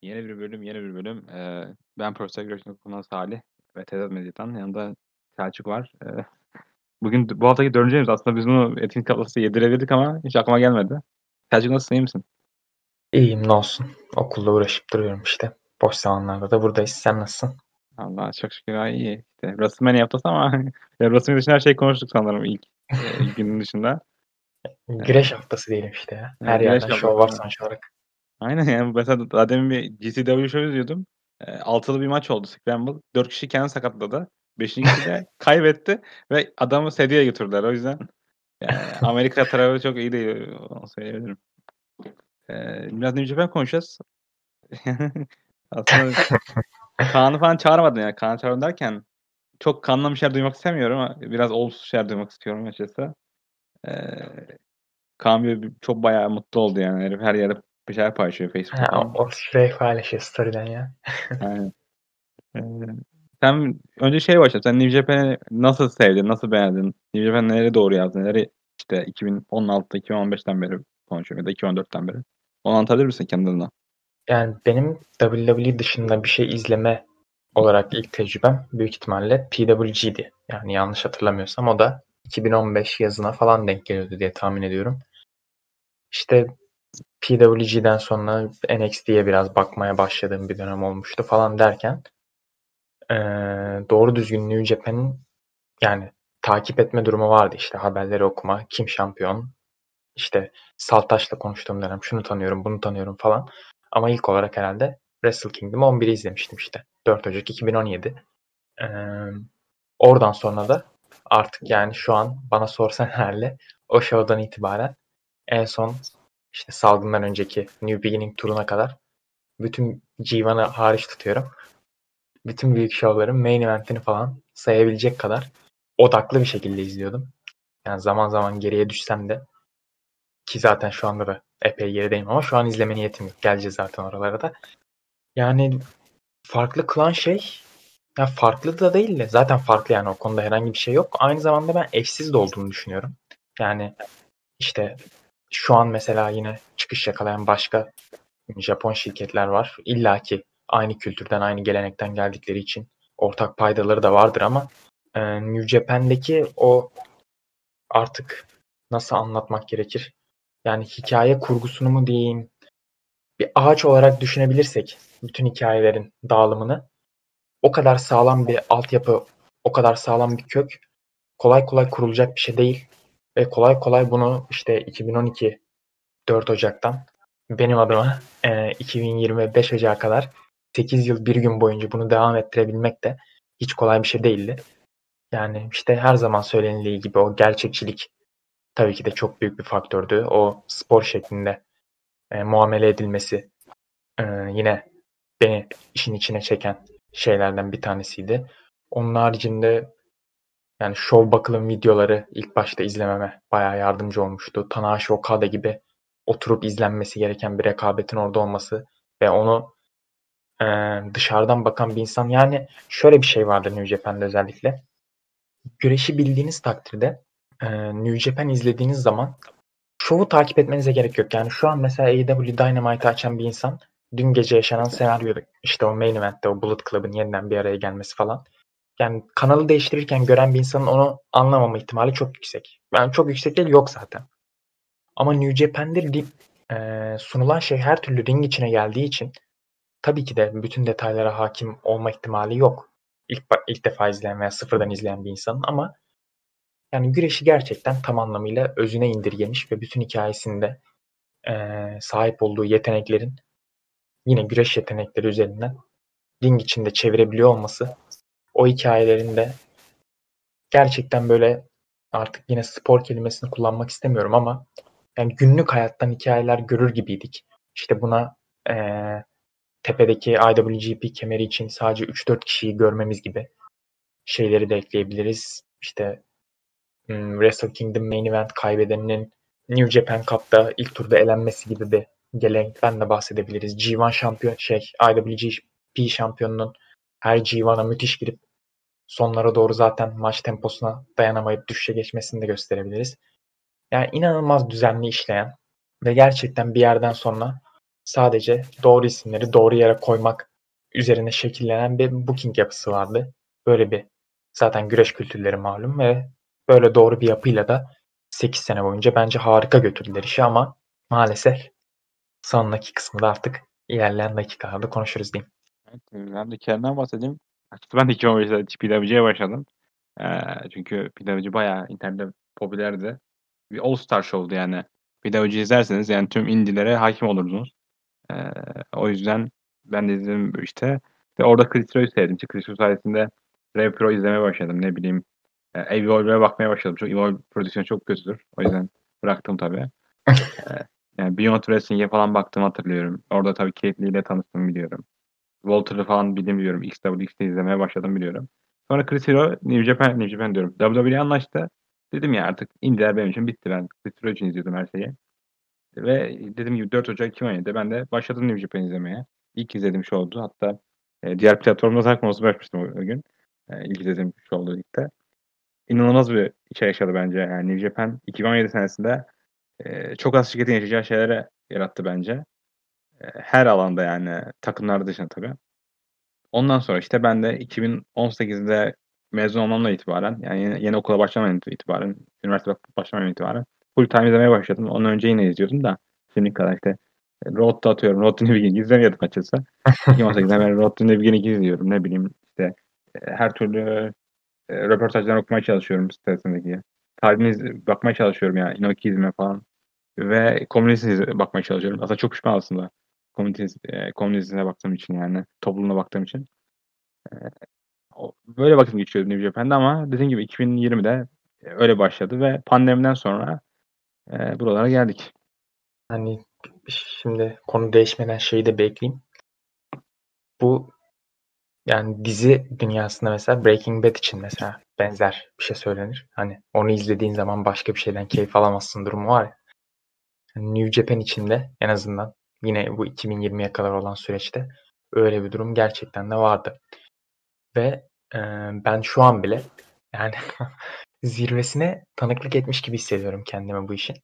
Yeni bir bölüm. Ben Profesör Güreş'in okulundan Salih ve Tezat Medya'dan. Yanında Selçuk var. Bugün bu haftaki dördüncüymüz. Aslında biz bunu etkinlik haftası yedirebilirdik ama hiç aklıma gelmedi. Selçuk nasılsın, iyi misin? İyiyim ne olsun. Okulda uğraşıp duruyorum işte. Boş zamanlarda da buradayız. Sen nasılsın? Allah çok şükür iyi. İşte WrestleMania haftası ama WrestleMania dışında her şeyi konuştuk sanırım ilk günün dışında. Güreş haftası diyelim işte ya. Her Güreş yerden şov var haftası. sonuç olarak. Aynen yani mesela daha demin bir GCW show izliyordum. Altılı bir maç oldu Scramble. 4 kişi kendini sakatladı. Beşinci kişi de kaybetti ve adamı sedyeye götürdüler. O yüzden yani Amerika tarafı çok iyi değil, onu söyleyebilirim. Biraz New Japan konuşacağız. Aslında Kaan'ı falan çağırmadın yani. Kaan'ı çağırın derken çok kanlı bir şeyler duymak istemiyorum ama biraz olumsuz şeyler duymak istiyorum açıkçası. Kaan çok bayağı mutlu oldu yani. Herif her yerde bir şeyler paylaşıyor Facebook'ta Ha, falan. o şey paylaşıyor story'den ya. Aynen. Ee, Sen önce başla. Sen New Japan'ı nasıl sevdin? Nasıl beğendin? New Japan nereye doğru yazdın? Neleri işte 2016'da 2015'ten beri konuşuyorum ya da 2014'ten beri. Onu anlatabilir misin kendinden? Yani benim WWE dışında bir şey izleme olarak ilk tecrübem büyük ihtimalle PWG'di. Yani yanlış hatırlamıyorsam o da 2015 yazına falan denk geliyordu diye tahmin ediyorum. İşte PWG'den sonra NXT'ye biraz bakmaya başladığım bir dönem olmuştu falan derken doğru düzgün New Japan'in yani takip etme durumu vardı işte haberleri okuma, kim şampiyon, işte Saltaş'la konuştuğum dönem şunu tanıyorum, bunu tanıyorum falan. Ama ilk olarak herhalde Wrestle Kingdom 11'i izlemiştim işte. 4 Ocak 2017. Ee, Oradan sonra da artık yani şu an bana sorsan herhalde o show'dan itibaren en son işte salgından önceki New Beginning turuna kadar bütün G1'ı hariç tutuyorum. Bütün büyük show'ların main event'ini falan sayabilecek kadar odaklı bir şekilde izliyordum. Yani zaman zaman geriye düşsem de ki zaten şu anda da epey gerideyim ama şu an izleme niyetim yok. Geleceğiz zaten oralara da. Yani farklı kılan şey ya farklı da değil de zaten farklı yani o konuda herhangi bir şey yok. Aynı zamanda ben eşsiz de olduğunu düşünüyorum. Yani işte şu an mesela yine çıkış yakalayan başka Japon şirketler var. İlla ki aynı kültürden, aynı gelenekten geldikleri için ortak paydaları da vardır ama New Japan'deki o artık nasıl anlatmak gerekir? Yani hikaye kurgusunu mu diyeyim? Bir ağaç olarak düşünebilirsek bütün hikayelerin dağılımını o kadar sağlam bir altyapı, o kadar sağlam bir kök kolay kolay kurulacak bir şey değil. Ve kolay kolay bunu işte 2012 4 Ocak'tan benim adıma 2020 5 Ocak'a kadar 8 yıl bir gün boyunca bunu devam ettirebilmek de hiç kolay bir şey değildi. Yani işte her zaman söylenildiği gibi o gerçekçilik tabii ki de çok büyük bir faktördü. O spor şeklinde muamele edilmesi yine beni işin içine çeken şeylerden bir tanesiydi. Onun haricinde yani şov bakılım videoları ilk başta izlememe bayağı yardımcı olmuştu. Tanahashi Okada gibi oturup izlenmesi gereken bir rekabetin orada olması ve onu dışarıdan bakan bir insan yani şöyle bir şey vardır New Japan'da özellikle. Güreşi bildiğiniz takdirde New Japan izlediğiniz zaman şovu takip etmenize gerek yok. Yani şu an mesela AEW Dynamite'ı açan bir insan dün gece yaşanan senaryoda işte o main event'te o Bullet Club'ın yeniden bir araya gelmesi falan. Yani kanalı değiştirirken gören bir insanın onu anlamama ihtimali çok yüksek. Yani çok yüksek değil yok zaten. Ama New Japan'de sunulan şey her türlü ring içine geldiği için tabii ki de bütün detaylara hakim olma ihtimali yok. İlk defa izleyen veya sıfırdan izleyen bir insanın ama yani güreşi gerçekten tam anlamıyla özüne indirgemiş ve bütün hikayesinde sahip olduğu yeteneklerin yine güreş yetenekleri üzerinden ring içinde çevirebiliyor olması o hikayelerin de gerçekten böyle artık yine spor kelimesini kullanmak istemiyorum ama yani günlük hayattan hikayeler görür gibiydik. İşte buna tepedeki IWGP kemeri için sadece 3-4 kişiyi görmemiz gibi şeyleri de ekleyebiliriz. İşte Wrestle Kingdom Main Event kaybedeninin New Japan Cup'ta ilk turda elenmesi gibi bir geleneğinden de bahsedebiliriz. G1 şampiyon IWGP şampiyonunun her G1'a müthiş girip sonlara doğru zaten maç temposuna dayanamayıp düşüşe geçmesini de gösterebiliriz. Yani inanılmaz düzenli işleyen ve gerçekten bir yerden sonra sadece doğru isimleri doğru yere koymak üzerine şekillenen bir booking yapısı vardı. Böyle bir zaten güreş kültürleri malum ve böyle doğru bir yapıyla da 8 sene boyunca bence harika götürdüler işi ama maalesef sonraki kısmında artık ilerleyen dakikalarda konuşuruz diyeyim. Evet, ben de kendimden bahsedeyim. Açıkçası ben de 2015'te PWG'ye başladım. Çünkü PWG bayağı internette popülerdi. Bir All Star Show'du yani. PWG izlerseniz yani tüm indilere hakim olurdunuz. O yüzden ben de izledim işte. Ve orada Chris Roy'u sevdim. Çünkü Chris Roy sayesinde Rev Pro izlemeye başladım. Ne bileyim. Evolve'e bakmaya başladım. Çok Evolve prodüksiyonu çok kötüdür. O yüzden bıraktım tabii. Yani Beyond Wrestling'e falan baktığımı hatırlıyorum. Orada tabii Kate Lee ile tanıştım biliyorum. Walter'ı falan biliyorum. XWX'de izlemeye başladım biliyorum. Sonra Chris Hero New Japan diyorum. WWE anlaştı. Dedim ya artık indiler benim için bitti. Ben Chris Hero için izliyordum her şeyi. Ve dediğim gibi 4 Ocak 2017'de ben de başladım New Japan izlemeye. İlk izlediğim şey oldu. Hatta diğer platformda zaten konusunu açmıştım o gün. İlk izlediğim şey oldu ligde. İnanılmaz bir şey yaşadı bence. Yani New Japan 2017 senesinde çok az şirketin yaşayacağı şeylere yarattı bence. Her alanda yani takımlar dışında tabii. Ondan sonra işte ben de 2018'de mezun olmamla itibaren yani yeni okula başlamadan itibaren, üniversite başlamadan itibaren full time izlemeye başladım. Ondan önce yine izliyordum da şimdiye kadar işte Road'da atıyorum. Road to Newbegin'i izlemiyordum açıkçası. 2018'den beri Road to Newbegin'i izliyorum. Ne bileyim işte her türlü röportajlar okumaya çalışıyorum sitesindeki. Tarihini bakmaya çalışıyorum yani. Inoki izleme falan. Ve komünist bakmaya çalışıyorum. Aslında çok pişman aslında. Komünizme baktığım için yani. Toplumuna baktığım için. Böyle vakit geçiyordu New Japan'da ama dediğim gibi 2020'de öyle başladı ve pandemiden sonra buralara geldik. Hani şimdi konu değişmeden şeyi de bekleyeyim. Bu yani dizi dünyasında mesela Breaking Bad için mesela benzer bir şey söylenir. Hani onu izlediğin zaman başka bir şeyden keyif alamazsın durumu var ya. Yani New Japan içinde en azından yine bu 2020'ye kadar olan süreçte öyle bir durum gerçekten de vardı. Ve ben şu an bile yani zirvesine tanıklık etmiş gibi hissediyorum kendimi bu işin.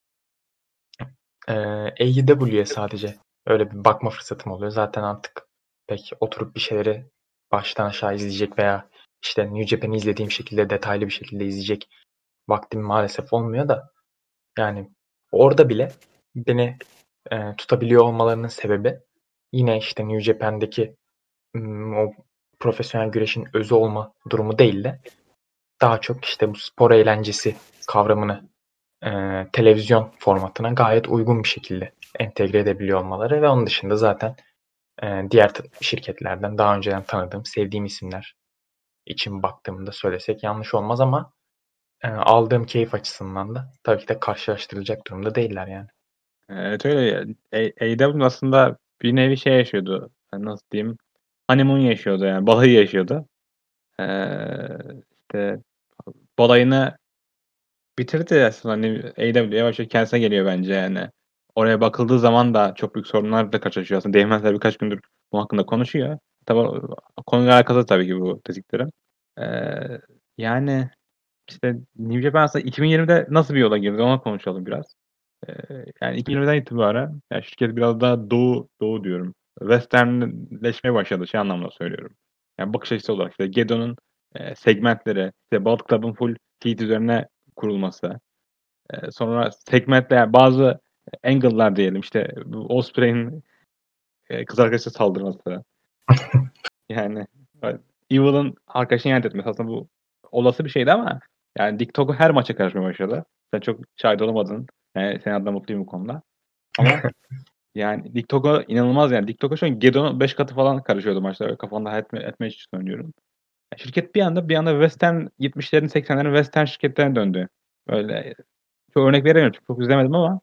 AEW'ye sadece öyle bir bakma fırsatım oluyor. Zaten artık pek oturup bir şeyleri baştan aşağı izleyecek veya işte New Japan'i izlediğim şekilde detaylı bir şekilde izleyecek vaktim maalesef olmuyor da yani orada bile beni tutabiliyor olmalarının sebebi yine işte New Japan'daki o profesyonel güreşin özü olma durumu değil de daha çok işte bu spor eğlencesi kavramını televizyon formatına gayet uygun bir şekilde entegre edebiliyor olmaları ve onun dışında zaten diğer şirketlerden daha önceden tanıdığım, sevdiğim isimler için baktığımda söylesek yanlış olmaz ama aldığım keyif açısından da tabii ki de karşılaştırılacak durumda değiller yani. Evet öyle ya. AEW aslında bir nevi şey yaşıyordu. Yani nasıl diyeyim? Honeymoon yaşıyordu yani. Balayı yaşıyordu. İşte balayını bitirdi aslında. Hani AEW yavaş yavaş kendisine geliyor bence yani. Oraya bakıldığı zaman da çok büyük sorunlar da karşılaşıyor aslında. Değmezler birkaç gündür bu hakkında konuşuyor. Tabii konuyla alakalı tabii ki bu dediklerim. Eee, yani işte New Japan aslında 2020'de nasıl bir yola girdi ona konuşalım biraz. Yani 2020'den itibaren yani şirket biraz daha doğu diyorum. Westernleşmeye başladı şey anlamda söylüyorum. Yani bakış açısı olarak işte Gedo'nun segmentleri, işte Bullet Club'ın full feed üzerine kurulması. Sonra segmentler yani bazı angle'lar diyelim işte bu Ospreay'in kız arkadaşına saldırması. Yani Evil'ın arkadaşını ihanet etmesi aslında bu olası bir şeydi ama yani Dick Togo her maça karışmaya başladı. Sen çok şahit olamadın. Yani senin adına mutluyum bu konuda. Ama yani Dick Togo inanılmaz yani. Dick Togo şu an Gedo'nun 5 katı falan karışıyordu maçlara. Kafamda etme için söylüyorum. Şirket bir anda Western 70'lerin 80'lerin Western şirketlerine döndü. Öyle çok örnek veremiyorum. Çok izlemedim ama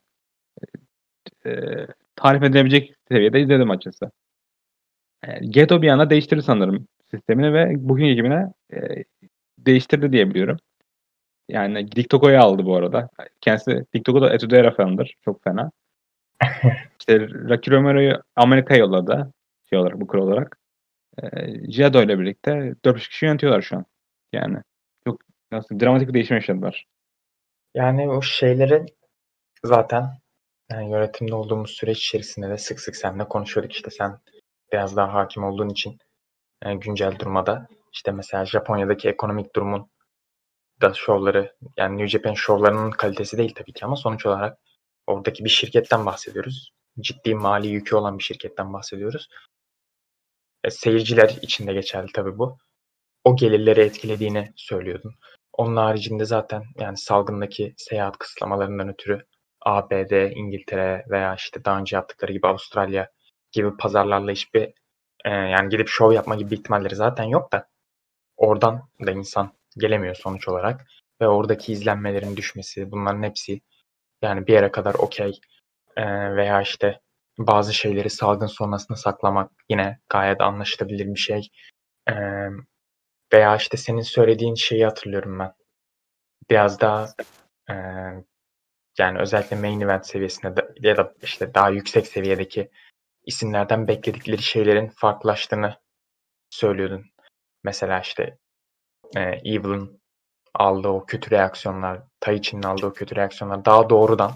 tarif edilebilecek seviyede izledim açıkçası. Gedo bir anda değiştirdi sanırım sistemini ve bugün ekibine değiştirdi diye biliyorum. Yani Dick Togo'yu aldı bu arada. Kendisi Dick Togo da Etude Era falandır. Çok fena. İşte Rocky Romero'yu Amerika'ya yolladı. Şey olarak, bu olarak. Jado ile birlikte 4 kişi yönetiyorlar şu an. Yani çok nasıl dramatik bir değişim yaşadılar. Yani o şeyleri zaten Yani yönetimde olduğumuz süreç içerisinde de sık sık seninle konuşuyorduk. İşte sen biraz daha hakim olduğun için güncel duruma da işte mesela Japonya'daki ekonomik durumun da şovları, yani New Japan şovlarının kalitesi değil tabii ki ama sonuç olarak oradaki bir şirketten bahsediyoruz. Ciddi mali yükü olan bir şirketten bahsediyoruz. Seyirciler için de geçerli tabii bu. O gelirleri etkilediğini söylüyordun. Onun haricinde zaten yani salgındaki seyahat kısıtlamalarından ötürü ABD, İngiltere veya işte daha önce yaptıkları gibi Avustralya gibi pazarlarla hiçbir yani gidip şov yapma gibi bir ihtimalleri zaten yok da oradan da insan gelemiyor sonuç olarak ve oradaki izlenmelerin düşmesi, bunların hepsi yani bir yere kadar okey. Veya işte bazı şeyleri salgın sonrasında saklamak yine gayet anlaşılabilir bir şey. Ee, Veya işte senin söylediğin şeyi hatırlıyorum ben. Biraz daha e, yani özellikle main event seviyesinde ya da işte daha yüksek seviyedeki isimlerden bekledikleri şeylerin farklılaştığını söylüyordun. Mesela işte Evil'ın aldığı o kötü reaksiyonlar, Taichi'nin aldığı o kötü reaksiyonlar daha doğrudan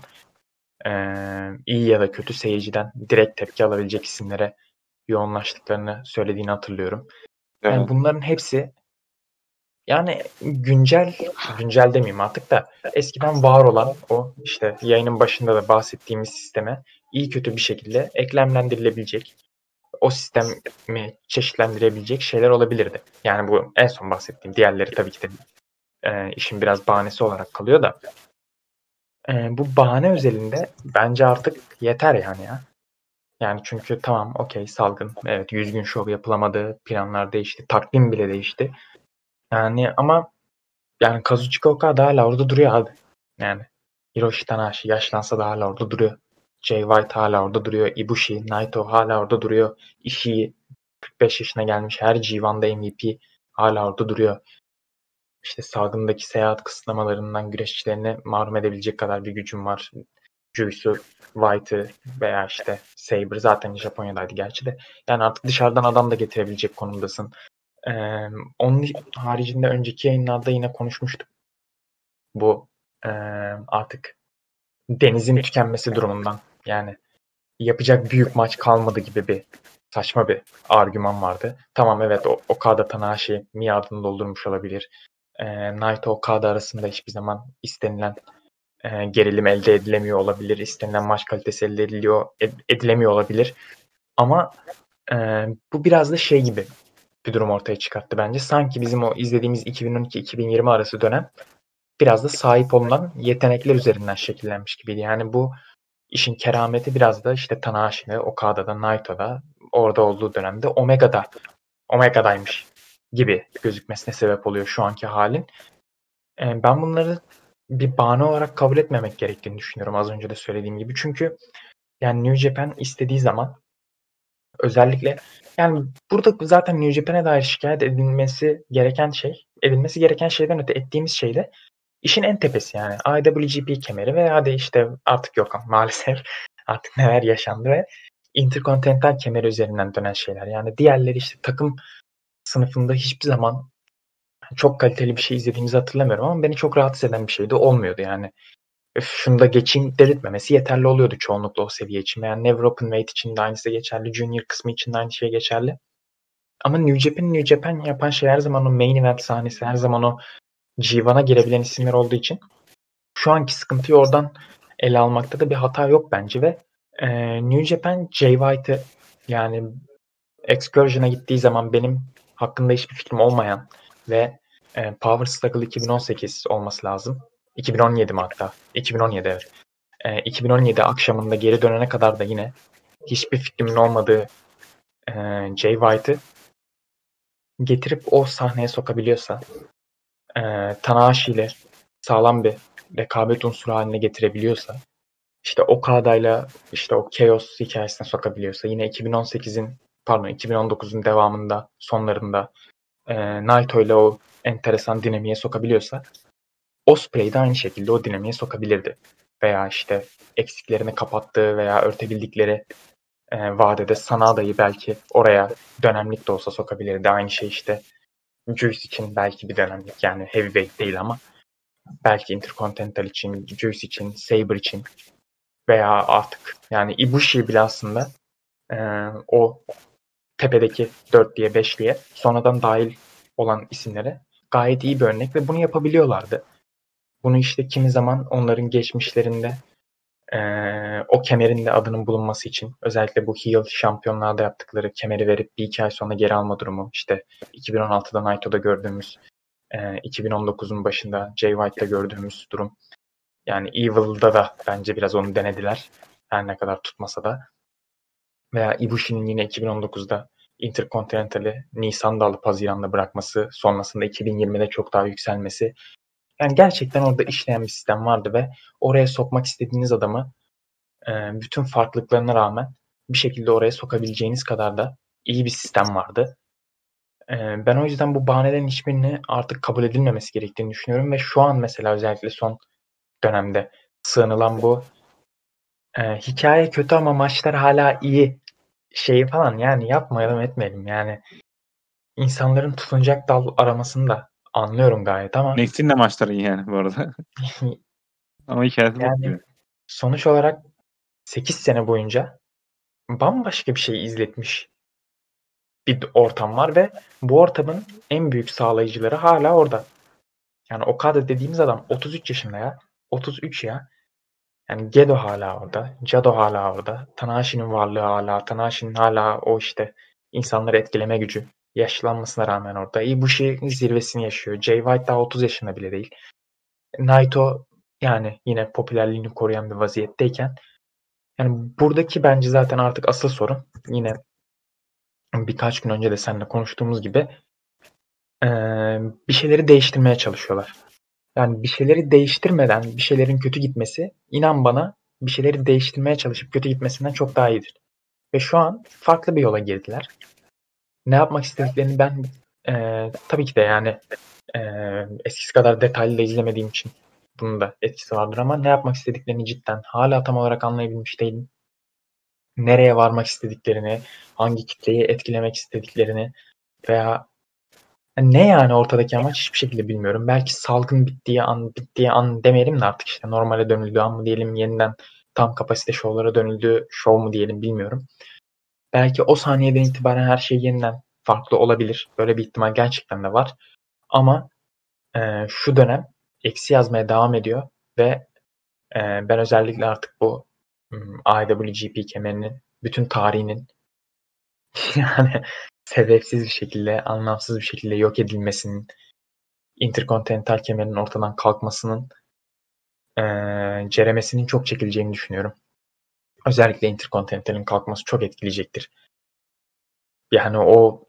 iyi ya da kötü seyirciden direkt tepki alabilecek isimlere yoğunlaştıklarını söylediğini hatırlıyorum. Evet. Yani bunların hepsi yani güncel demeyeyim artık da eskiden var olan o işte yayının başında da bahsettiğimiz sisteme iyi kötü bir şekilde eklemlendirilebilecek, o sistemi çeşitlendirebilecek şeyler olabilirdi. Yani bu en son bahsettiğim, diğerleri tabii ki de işin biraz bahanesi olarak kalıyor da bu bahane özelinde bence artık yeter yani ya. Yani çünkü tamam okey salgın, evet 100 gün şov yapılamadı, planlar değişti, takvim bile değişti. Yani ama yani Kazuchika Okada hala orada duruyor abi. Yani Hiroshi Tanahashi yaşlansa da hala orada duruyor. Jay White hala orada duruyor. Ibushi, Naito hala orada duruyor. Ishii 45 yaşına gelmiş her G1'da MVP hala orada duruyor. İşte salgındaki seyahat kısıtlamalarından güreşçilerini mahrum edebilecek kadar bir gücüm var. Juice'u, White'ı veya işte Saber zaten Japonya'daydı gerçi de. Yani artık dışarıdan adam da getirebilecek konumdasın. Onun haricinde önceki yayınlarda yine konuşmuştuk. Bu artık denizin tükenmesi durumundan. Yani yapacak büyük maç kalmadı gibi bir saçma bir argüman vardı. Tamam evet Okada Tanahashi miadını doldurmuş olabilir. Naito Okada arasında hiçbir zaman istenilen gerilim elde edilemiyor olabilir. İstenilen maç kalitesi elde edilemiyor olabilir. Ama bu biraz da şey gibi bir durum ortaya çıkarttı bence. Sanki bizim o izlediğimiz 2012-2020 arası dönem biraz da sahip olunan yetenekler üzerinden şekillenmiş gibiydi. Yani bu işin kerameti biraz da işte Tanahashi'de, Okada'da, Naito'da orada olduğu dönemde Omega'daymış gibi gözükmesine sebep oluyor şu anki halin. Ben bunları bir bahane olarak kabul etmemek gerektiğini düşünüyorum az önce de söylediğim gibi. Çünkü yani New Japan istediği zaman özellikle yani burada zaten New Japan'e dair şikayet edilmesi gereken şeyden öte ettiğimiz şey de işin en tepesi yani. IWGP kemeri ve hadi işte artık yok maalesef artık neler yaşandı ve Intercontinental kemeri üzerinden dönen şeyler. Yani diğerleri işte takım sınıfında hiçbir zaman çok kaliteli bir şey izlediğimizi hatırlamıyorum ama beni çok rahatsız eden bir şey de olmuyordu yani. Şunu da geçeyim dedirtmemesi yeterli oluyordu çoğunlukla o seviye için. Yani Never Open Weight için de aynısı geçerli. Junior kısmı için de aynı şey geçerli. Ama New Japan yapan şey her zaman o main event sahnesi, her zaman o G1'a girebilen isimler olduğu için şu anki sıkıntıyı oradan ele almakta da bir hata yok bence ve New Japan Jay White'ı yani Excursion'a gittiği zaman benim hakkında hiçbir fikrim olmayan ve Power Struggle 2018 olması lazım. 2017 mi hatta? 2017 evet. 2017 akşamında geri dönene kadar da yine hiçbir fikrimin olmadığı Jay White'ı getirip o sahneye sokabiliyorsa, Tanahashi ile sağlam bir rekabet unsuru haline getirebiliyorsa, işte Okada'yla işte o Chaos hikayesine sokabiliyorsa, yine 2019'un devamında, sonlarında Naito ile o enteresan dinamiğe sokabiliyorsa, Ospreay de aynı şekilde o dinamiğe sokabilirdi. Veya işte eksiklerini kapattığı veya örtebildikleri vadede Sanada'yı belki oraya dönemlik de olsa sokabilirdi. Aynı şey işte Juice için belki bir dönemlik yani heavyweight değil ama belki Intercontinental için, Juice için, Saber için veya artık yani Ibushi bile aslında o tepedeki 4'lüye 5'liye sonradan dahil olan isimlere gayet iyi bir örnek ve bunu yapabiliyorlardı. Bunu işte kimi zaman onların geçmişlerinde o kemerin de adının bulunması için özellikle bu heel şampiyonlarda yaptıkları kemeri verip bir iki ay sonra geri alma durumu, işte 2016'da Naito'da gördüğümüz, 2019'un başında Jay White'da gördüğümüz durum. Yani Evil'da da bence biraz onu denediler. Her ne kadar tutmasa da. Veya Ibushi'nin yine 2019'da Intercontinental'i Nisan'da alıp Haziran'da bırakması, sonrasında 2020'de çok daha yükselmesi. Yani gerçekten orada işleyen bir sistem vardı ve oraya sokmak istediğiniz adamı bütün farklılıklarına rağmen bir şekilde oraya sokabileceğiniz kadar da iyi bir sistem vardı. Ben o yüzden bu bahanelerin hiçbirini artık kabul edilmemesi gerektiğini düşünüyorum ve şu an mesela özellikle son dönemde sığınılan bu hikaye kötü ama maçlar hala iyi şeyi falan, yani yapmayalım etmeyelim. Yani insanların tutunacak dal aramasını da anlıyorum gayet ama Next'in de maçları iyi yani bu arada. Ama hikayesi bok yani gibi. sonuç olarak 8 sene boyunca bambaşka bir şey izletmiş bir ortam var ve bu ortamın en büyük sağlayıcıları hala orada. Yani Okada dediğimiz adam 33 yaşında ya. 33 ya. Yani Gedo hala orada. Jado hala orada. Tanahashi'nin varlığı hala. Tanahashi'nin hala o işte insanları etkileme gücü. Yaşlanmasına rağmen orada. Ibushi zirvesini yaşıyor. Jay White daha 30 yaşında bile değil. Naito yani yine popülerliğini koruyan bir vaziyetteyken, yani buradaki bence zaten artık asıl sorun, yine birkaç gün önce de seninle konuştuğumuz gibi bir şeyleri değiştirmeye çalışıyorlar. Yani bir şeyleri değiştirmeden bir şeylerin kötü gitmesi, inan bana, bir şeyleri değiştirmeye çalışıp kötü gitmesinden çok daha iyidir. Ve şu an farklı bir yola girdiler. Ne yapmak istediklerini ben tabii ki de yani eskisi kadar detaylı da izlemediğim için bunun da etkisi vardır ama ne yapmak istediklerini cidden hala tam olarak anlayabilmiş değilim. Nereye varmak istediklerini, hangi kitleyi etkilemek istediklerini veya ne yani ortadaki amaç hiçbir şekilde bilmiyorum. Belki salgın bittiği an demeyelim de artık işte normale dönüldüğü an mı diyelim, yeniden tam kapasite şovlara dönüldüğü şov mu diyelim, bilmiyorum. Belki o saniyeden itibaren her şey yeniden farklı olabilir. Böyle bir ihtimal gerçekten de var. Ama şu dönem eksi yazmaya devam ediyor ve ben özellikle artık bu IWGP kemerinin bütün tarihinin yani sebepsiz bir şekilde, anlamsız bir şekilde yok edilmesinin, Intercontinental kemerinin ortadan kalkmasının ceremesinin çok çekileceğini düşünüyorum. Özellikle Intercontinental'in kalkması çok etkileyecektir. Yani o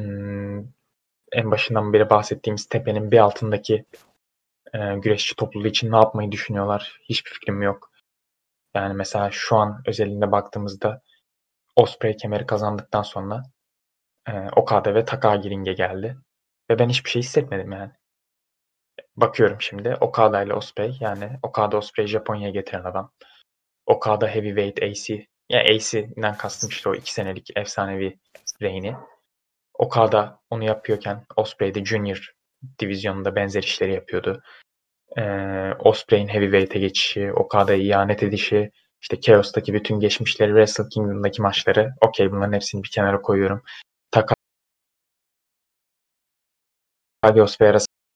en başından beri bahsettiğimiz tepenin bir altındaki güreşçi topluluğu için ne yapmayı düşünüyorlar? Hiçbir fikrim yok. Yani mesela şu an özelinde baktığımızda Ospreay kemeri kazandıktan sonra Okada ve Takagi ring'e geldi. Ve ben hiçbir şey hissetmedim yani. Bakıyorum şimdi Okada ile Ospreay, yani Okada Ospreay Japonya'ya getiren adam. Okada Heavyweight AC. Ya AC'den kastım işte o 2 senelik efsanevi reigni. Okada onu yapıyorken Ospreay de Junior divizyonunda benzer işleri yapıyordu. Ospreay'in Heavyweight'e geçişi, Okada'ya ihanet edişi, işte Chaos'taki bütün geçmişleri, Wrestle Kingdom'daki maçları. Okey, bunların hepsini bir kenara koyuyorum. Takagi Ospreay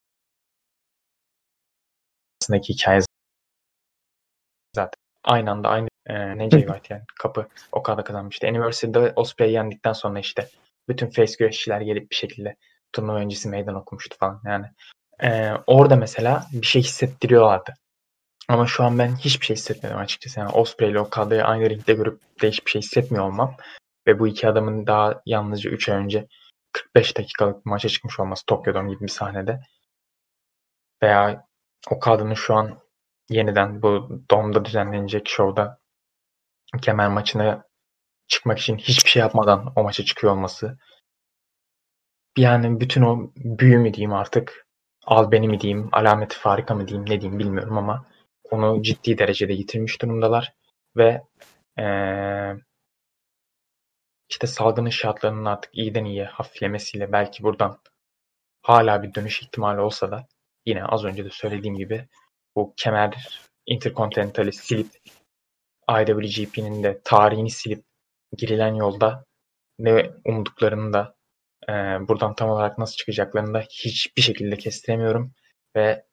arasındaki hikaye zaten aynı anda aynı ne Jay White yani kapı Okada kazanmıştı. Anniversary'de Ospreay'i yendikten sonra işte bütün face güreşçiler gelip bir şekilde turnuva öncesi meydan okumuştu falan yani. Orada mesela bir şey hissettiriyorlardı. Ama şu an ben hiçbir şey hissetmedim açıkçası. Yani Ospreay ile Okada'yı aynı ringde görüp de hiçbir şey hissetmiyor olmam ve bu iki adamın daha yalnızca 3 ay önce 45 dakikalık bir maça çıkmış olması Tokyo Dome gibi bir sahnede veya Okada'nın şu an yeniden bu Dome'da düzenlenecek şovda kemer maçına çıkmak için hiçbir şey yapmadan o maça çıkıyor olması, yani bütün o büyü mü diyeyim artık, al beni mi diyeyim, alameti farika mı diyeyim, ne diyeyim bilmiyorum ama onu ciddi derecede yitirmiş durumdalar ve işte salgının şartlarının artık iyiden iyiye hafiflemesiyle belki buradan hala bir dönüş ihtimali olsa da yine az önce de söylediğim gibi bu kemer Intercontinental'i silip IWGP'nin de tarihini silip girilen yolda ne umduklarını da buradan tam olarak nasıl çıkacaklarını da hiçbir şekilde kestiremiyorum ve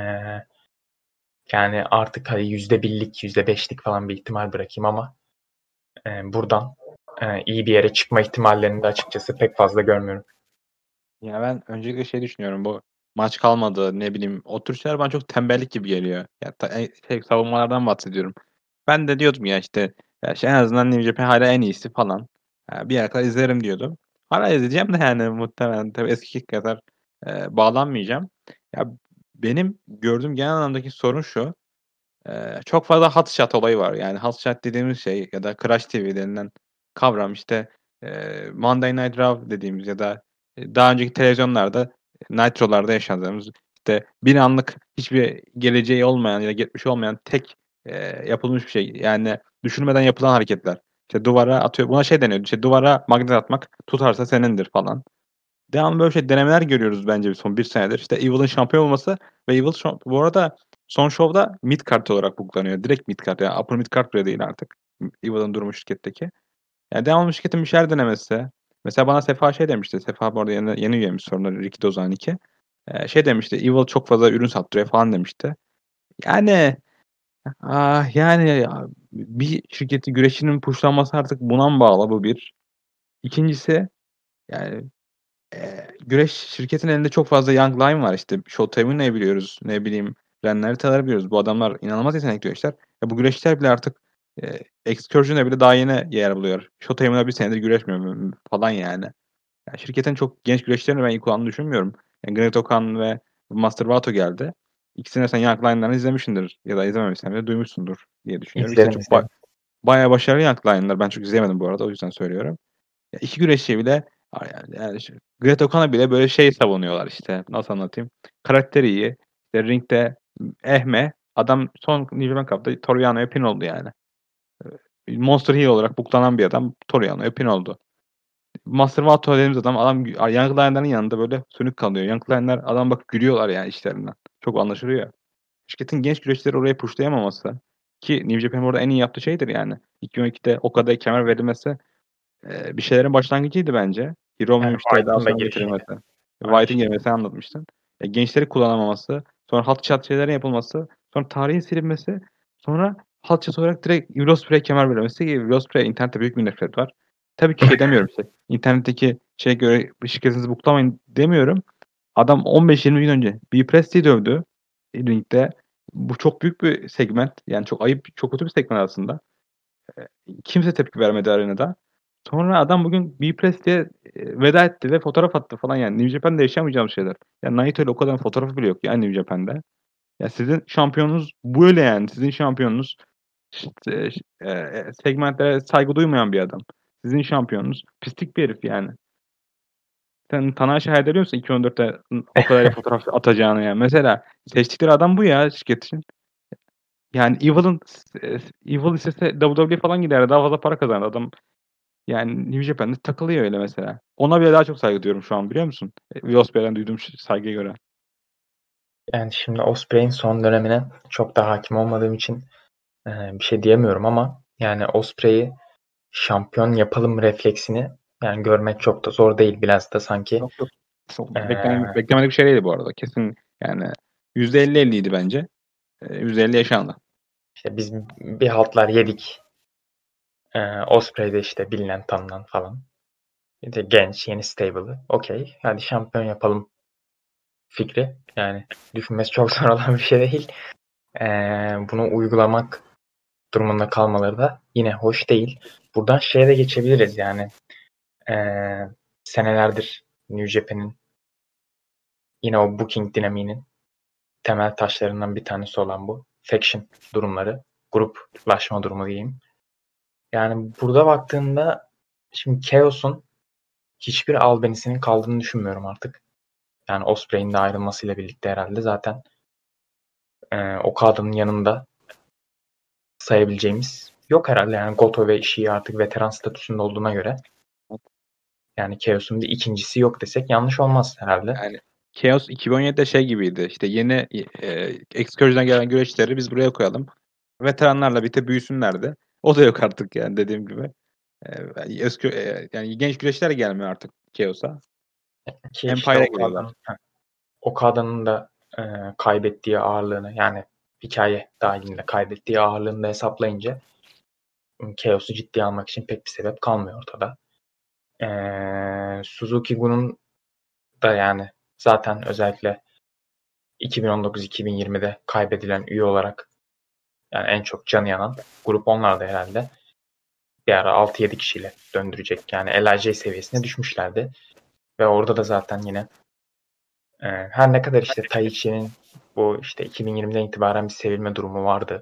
yani artık hadi %1'lik, %5'lik falan bir ihtimal bırakayım ama buradan iyi bir yere çıkma ihtimallerini de açıkçası pek fazla görmüyorum. Ya ben öncelikle şey düşünüyorum, bu maç kalmadı, ne bileyim, o tür şeyler bana çok tembellik gibi geliyor. Ya savunmalardan bahsediyorum. Ben de diyordum ya işte, ya en azından New Japan hala en iyisi falan. Bir yere kadar izlerim diyordum. Hala izleyeceğim de yani muhtemelen tabii eskiki kadar bağlanmayacağım. Ya benim gördüğüm genel anlamdaki sorun şu. Çok fazla hot shot olayı var. Yani hot shot dediğimiz şey ya da Crash TV denilen kavram işte, Monday Night Raw dediğimiz ya da daha önceki televizyonlarda, Nitro'larda yaşadığımız işte bir anlık hiçbir geleceği olmayan ya da geçmişi olmayan tek yapılmış bir şey. Yani düşünmeden yapılan hareketler. İşte duvara atıyor. Buna şey deniyor. İşte duvara magnet atmak, tutarsa senindir falan. Devamlı böyle şey denemeler görüyoruz bence son bir senedir. İşte Evil'ın şampiyon olması ve Evil bu arada son şovda mid card olarak booklanıyor. Direkt mid card, yani upper mid card bile değil artık. Evil'ın durumu şirketteki. Yani devamlı şirketin bir şeyler denemesi. Mesela bana Sefa şey demişti. Sefa bu arada yeni üyemiz sonra Ricky Dozan 2. Şey demişti. Evil çok fazla ürün sattırıyor falan demişti. Yani yani bir şirketi güreşinin pushlanması artık buna mı bağlı, bu bir. İkincisi, yani güreş şirketinin elinde çok fazla young line var işte. Showtime'ı ne biliyoruz, ne bileyim, Ren Narita'ları biliyoruz. Bu adamlar inanılmaz yetenekli güreşler. Bu güreşler bile artık Excursion'a bile daha yeni yer buluyor. Showtime'la bir senedir güreşmiyor falan yani. Yani şirketin çok genç güreşlerini ben iyi kullandığını düşünmüyorum. Yani Great Okan ve Master Vato geldi. İkisini de sen young line'larını izlemişsindir ya da izlememişsen de duymuşsundur diye düşünüyorum. İkisi de çok İzledim. bayağı başarılı young line'lar. Ben çok izleyemedim bu arada, o yüzden söylüyorum. Ya, 2 güreşçi bile yani Great Okan'a bile böyle şey savunuyorlar işte. Nasıl anlatayım? Karakteri iyi. İşte ringde ehme. Adam son New Japan Cup'ta Toru Yano'ya pin oldu yani. Monster Heel olarak buklanan bir adam Toru Yano'ya pin oldu. Master Vato dediğimiz adam Young Lion'ların yanında böyle sönük kalıyor. Young Lion'lar adam bakıp gülüyorlar yani işlerinden. Çok anlaşılıyor. Şirketin genç güreşçileri oraya pushlayamaması, ki New Japan orada en iyi yaptığı şeydir yani. 2012'de o kadar kemer verilmesi bir şeylerin başlangıcıydı bence. Hiromu'nun Yani işte daha White'ın da sonra girişiydi. getirilmesi. Aynı White'ın şekilde. gelmesini anlatmıştın. Gençleri kullanamaması, sonra hot shot şeylerin yapılması, sonra tarihin silinmesi, sonra hot shot olarak direkt Will Ospreay'e kemer verilmesi, ki Will Ospreay'e internette büyük bir nefret var. Tabii ki şey demiyorum işte, internetteki şeye göre şirketinizi buklamayın demiyorum. Adam 15-20 gün önce Bea Priest'i dövdü ringde. Bu çok büyük bir segment. Yani çok ayıp, çok kötü bir segment aslında. Kimse tepki vermedi arenada. Sonra adam bugün Bpress'te veda etti ve fotoğraf attı falan yani. New Japan'da yaşamayacağım şeyler. Ya Naito ile o kadar fotoğrafı bile yok ya New Japan'da. Ya sizin şampiyonunuz böyle yani. Sizin şampiyonunuz işte, segmentlere saygı duymayan bir adam. Sizin şampiyonunuz pislik bir herif yani. Sen Tanahashi'yi hayal ediyor musun 2014'te o kadar fotoğraf atacağını yani. Mesela seçtikleri adam bu ya şirket için. Yani Evil istese WWE falan gider. Daha fazla para kazanır. Adam yani New Japan'da takılıyor öyle mesela. Ona bile daha çok saygı duyuyorum şu an, biliyor musun? Will Ospreay'den duyduğum saygıya göre. Yani şimdi Ospreay'in son dönemine çok da hakim olmadığım için bir şey diyemiyorum ama yani Ospreay'i şampiyon yapalım refleksini yani görmek çok da zor değil. Biraz da sanki Yok yok. Çok e, beklemedik bir şey değildi bu arada. Kesin yani %50-50'ydi bence. %50 yaşandı. işte biz bir haltlar yedik. Ospreay'de işte bilinen tanınan falan. Bir de genç, yeni stable'ı. Okey. Hadi şampiyon yapalım fikri. Yani düşünmesi çok zor olan bir şey değil. Bunu uygulamak durumunda kalmaları da yine hoş değil. Buradan şeye de geçebiliriz yani. Senelerdir New Japan'in yine o booking dinamiğinin temel taşlarından bir tanesi olan bu. Faction durumları. Gruplaşma durumu diyeyim. Yani burada baktığında şimdi Chaos'un hiçbir albenisinin kaldığını düşünmüyorum artık. Yani Ospreay'in de ayrılmasıyla birlikte herhalde zaten o kadronun yanında sayabileceğimiz yok herhalde. Yani Goto ve Ishii artık veteran statüsünde olduğuna göre yani Chaos'un bir ikincisi yok desek yanlış olmaz herhalde. Yani Chaos 2017'de şey gibiydi. İşte yeni Excursion'a gelen güreşleri biz buraya koyalım. Veteranlarla birlikte büyüsünlerdi. O da yok artık yani dediğim gibi. Yani genç güreşler gelmiyor artık Chaos'a. Ki işte Empire'a geliyorlar. Okada'nın da kaybettiği ağırlığını yani hikaye dahilinde kaybettiği ağırlığını da hesaplayınca Chaos'u ciddiye almak için pek bir sebep kalmıyor ortada. Suzuki Gun'un da yani zaten özellikle 2019-2020'de kaybedilen üye olarak yani en çok canı yanan grup onlar da herhalde. Bir ara 6-7 kişiyle döndürecek. Yani LIJ seviyesine düşmüşlerdi. Ve orada da zaten yine her ne kadar işte Taichi'nin bu işte 2020'den itibaren bir sevilme durumu vardı.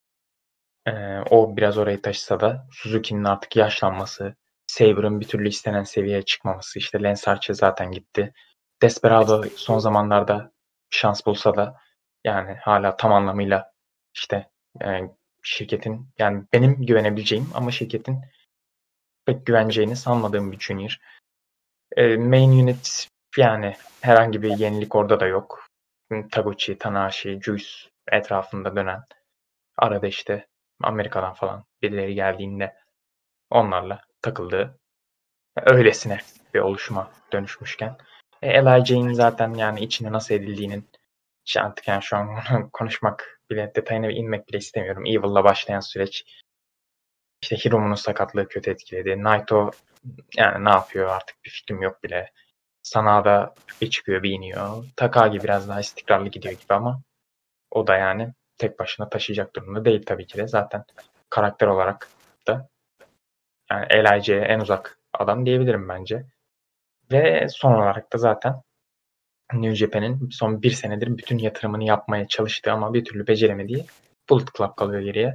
O biraz orayı taşısa da Suzuki'nin artık yaşlanması, Saber'ın bir türlü istenen seviyeye çıkmaması, işte Lance Archer zaten gitti. Desperado son zamanlarda şans bulsa da yani hala tam anlamıyla işte şirketin yani benim güvenebileceğim ama şirketin pek güveneceğini sanmadığım bir junior. Main unit yani herhangi bir yenilik orada da yok. Taguchi, Tanahashi, Juice etrafında dönen arada işte Amerika'dan falan birileri geldiğinde onlarla takıldığı öylesine bir oluşuma dönüşmüşken LIJ'in zaten yani içine nasıl edildiğinin işte artık yani şu an konuşmak bile detayına inmek bile istemiyorum. Evil'la başlayan süreç işte Hiromu'nun sakatlığı kötü etkiledi. Naito yani ne yapıyor artık bir fikrim yok bile. Sanada bir çıkıyor bir iniyor. Takagi biraz daha istikrarlı gidiyor gibi ama o da yani tek başına taşıyacak durumda değil tabii ki de. Zaten karakter olarak da yani LIJ'ye en uzak adam diyebilirim bence. Ve son olarak da zaten New Japan'in son bir senedir bütün yatırımını yapmaya çalıştığı ama bir türlü beceremediği Bullet Club kalıyor geriye.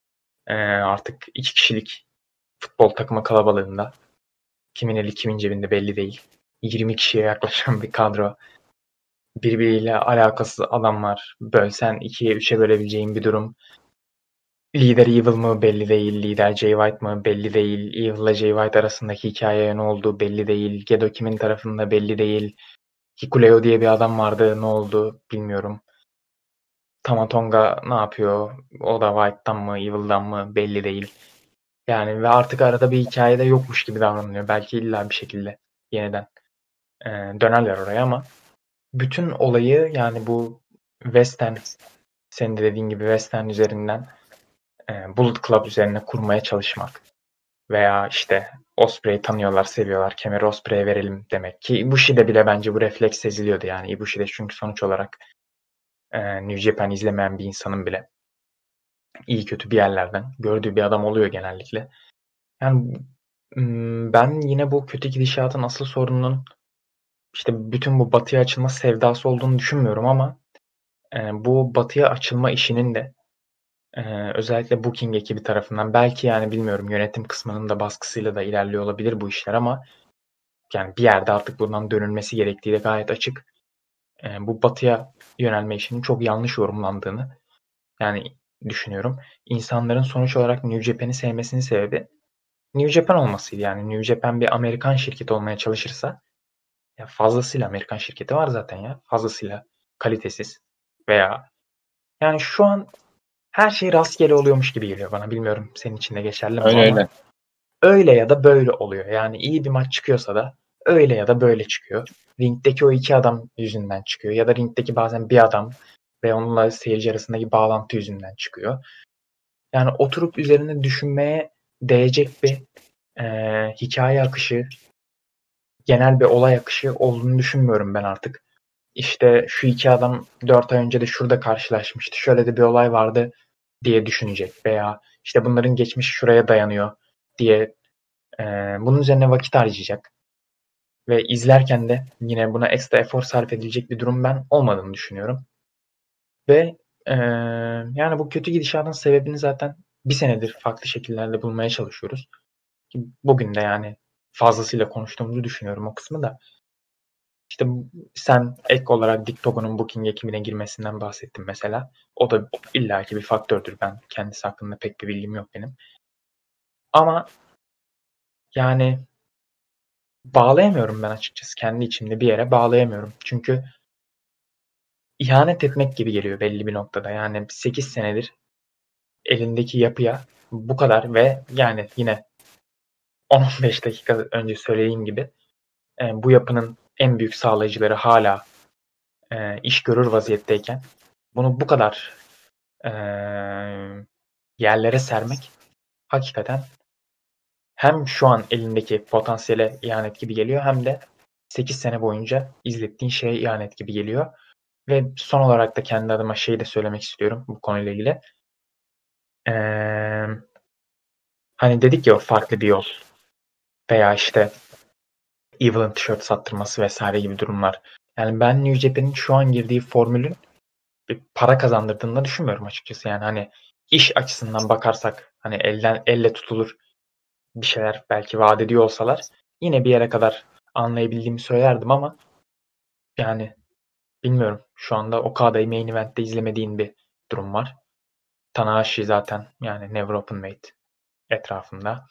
Artık 2 kişilik futbol takımı kalabalığında kimin eli kimin cebinde belli değil. 20 kişiye yaklaşan bir kadro. Birbiriyle alakasız adamlar. Bölsen 2'ye 3'e bölebileceğin bir durum. Lider Evil mı belli değil. Lider Jay White mı belli değil. Evil ile Jay White arasındaki hikayeye ne oldu belli değil. Gedo kimin tarafında belli değil. Hikuleo diye bir adam vardı. Ne oldu bilmiyorum. Tamatonga ne yapıyor? O da White'tan mı Evil'dan mı belli değil. Yani ve artık arada bir hikayede yokmuş gibi davranılıyor. Belki illa bir şekilde yeniden dönerler oraya ama bütün olayı yani bu Western senin de dediğin gibi Western üzerinden Bullet Club üzerine kurmaya çalışmak veya işte Osprey'i tanıyorlar, seviyorlar. Kemeri Osprey'e verelim demek ki Ibushi'de bile bence bu refleks seziliyordu yani. Ibushi'de çünkü sonuç olarak New Japan izlemeyen bir insanın bile iyi kötü bir yerlerden gördüğü bir adam oluyor genellikle. Yani ben yine bu kötü gidişatın asıl sorununun işte bütün bu batıya açılma sevdası olduğunu düşünmüyorum ama bu batıya açılma işinin de özellikle booking ekibi tarafından belki yani bilmiyorum yönetim kısmının da baskısıyla da ilerliyor olabilir bu işler ama yani bir yerde artık bundan dönülmesi gerektiği de gayet açık. Bu batıya yönelme işinin çok yanlış yorumlandığını yani düşünüyorum. İnsanların sonuç olarak New Japan'i sevmesinin sebebi New Japan olmasıydı. Yani New Japan bir Amerikan şirketi olmaya çalışırsa ya fazlasıyla Amerikan şirketi var zaten ya. Fazlasıyla kalitesiz veya yani şu an her şey rastgele oluyormuş gibi geliyor bana. Bilmiyorum senin için de geçerli mi Öyle ama öyle. öyle ya da böyle oluyor. Yani iyi bir maç çıkıyorsa da öyle ya da böyle çıkıyor. Ringdeki o iki adam yüzünden çıkıyor ya da ringdeki bazen bir adam ve onunla seyirci arasındaki bağlantı yüzünden çıkıyor. Yani oturup üzerine düşünmeye değecek bir hikaye akışı, genel bir olay akışı olduğunu düşünmüyorum ben artık. İşte şu iki adam 4 ay önce de şurada karşılaşmıştı. Şöyle de bir olay vardı diye düşünecek veya işte bunların geçmişi şuraya dayanıyor diye bunun üzerine vakit harcayacak. Ve izlerken de yine buna ekstra efor sarf edilecek bir durum ben olmadığını düşünüyorum. Ve yani bu kötü gidişatın sebebini zaten bir senedir farklı şekillerde bulmaya çalışıyoruz. Bugün de yani fazlasıyla konuştuğumuzu düşünüyorum o kısmı da. İşte sen ek olarak TikTok'un Booking ekibine girmesinden bahsettin mesela. O da illaki bir faktördür. Ben kendisi hakkında pek bir bilgim yok benim. Ama yani bağlayamıyorum ben açıkçası. Kendi içimde bir yere bağlayamıyorum. Çünkü ihanet etmek gibi geliyor belli bir noktada. Yani 8 senedir elindeki yapıya Bu kadar ve yani yine 10-15 dakika önce söylediğim gibi bu yapının en büyük sağlayıcıları hala iş görür vaziyetteyken bunu bu kadar yerlere sermek hakikaten hem şu an elindeki potansiyele ihanet gibi geliyor hem de 8 sene boyunca izlettiğin şeye ihanet gibi geliyor. Ve son olarak da kendi adıma şey de söylemek istiyorum bu konuyla ilgili. Hani dedik ya o farklı bir yol veya işte Evil'ın tişört sattırması vesaire gibi durumlar. Yani ben New Japan'in şu an girdiği formülün bir para kazandırdığını düşünmüyorum açıkçası. Yani hani iş açısından bakarsak hani elle tutulur bir şeyler belki vaat ediyor olsalar yine bir yere kadar anlayabildiğimi söylerdim ama yani bilmiyorum. Şu anda Okada'yı main event'te izlemediğin bir durum var. Tanahashi zaten yani Never Openweight etrafında.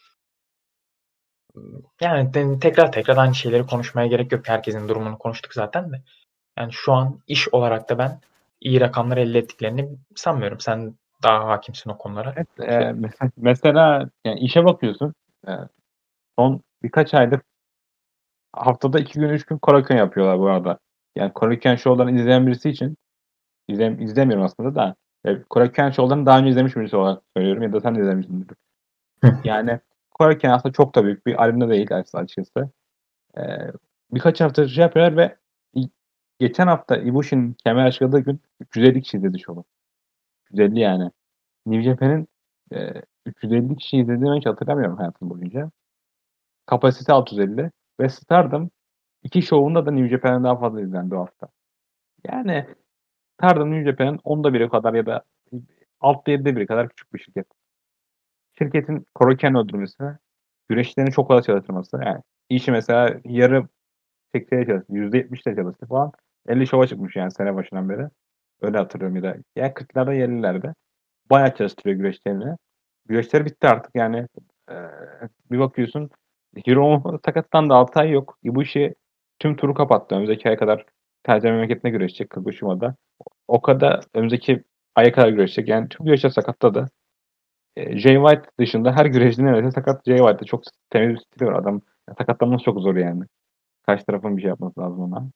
Yani tekrar aynı şeyleri konuşmaya gerek yok. Herkesin durumunu konuştuk zaten de. Yani şu an iş olarak da ben iyi rakamlar elde ettiklerini sanmıyorum. Sen daha hakimsin o konulara. Evet, mesela yani işe bakıyorsun. Son birkaç aydır haftada 2 gün 3 gün Korakuen yapıyorlar bu arada. Yani Korakuen Show'larını izleyen birisi için izlemiyorum aslında da. Korakuen Show'larını daha önce izlemiş birisi olarak söylüyorum ya da sen de izlemişsindir. Yani Korakuen aslında çok da büyük bir arena değil aslında açıkçası. Eee, birkaç hafta şey yapıyorlar ve geçen hafta Ibushi'nin kemer açıkladığı gün 350 kişi izledi şovu. 350 yani. New Japan'in 350 kişi izlediğini hiç hatırlamıyorum hayatım boyunca. Kapasite 650 ve Stardom 2 şovunda da New Japan'den daha fazla izlendi o hafta. Yani Stardom New Japan'ın 1/10 kadar ya da 6/7'de 1 kadar küçük bir şirket. Şirketin Korakuen öldürmesi, güreşçilerin çok fazla çalıştırması. Yani işi mesela yarı sekteye çalıştı, %70'le çalıştı falan. 50 şova çıkmış yani sene başından beri. Öyle hatırlıyorum ya da. Ya 40'larda 50'lerde. Bayağı çalıştırıyor güreşlerini. Güreşleri bitti artık yani. Eee, bir bakıyorsun Hiromu sakatlandı 6 ay yok. Ibushi tüm turu kapattı. Önümüzdeki aya kadar tercih memleketine güreşecek Kagoshima'da. Okada önümüzdeki aya kadar güreşecek. Yani tüm güreşler sakatladı. Jay White dışında her güreşçi neredeyse sakat. Jay White'da çok temiz bir stili var adam. Sakatlanması çok zor yani. Karşı tarafın bir şey yapması lazım ona.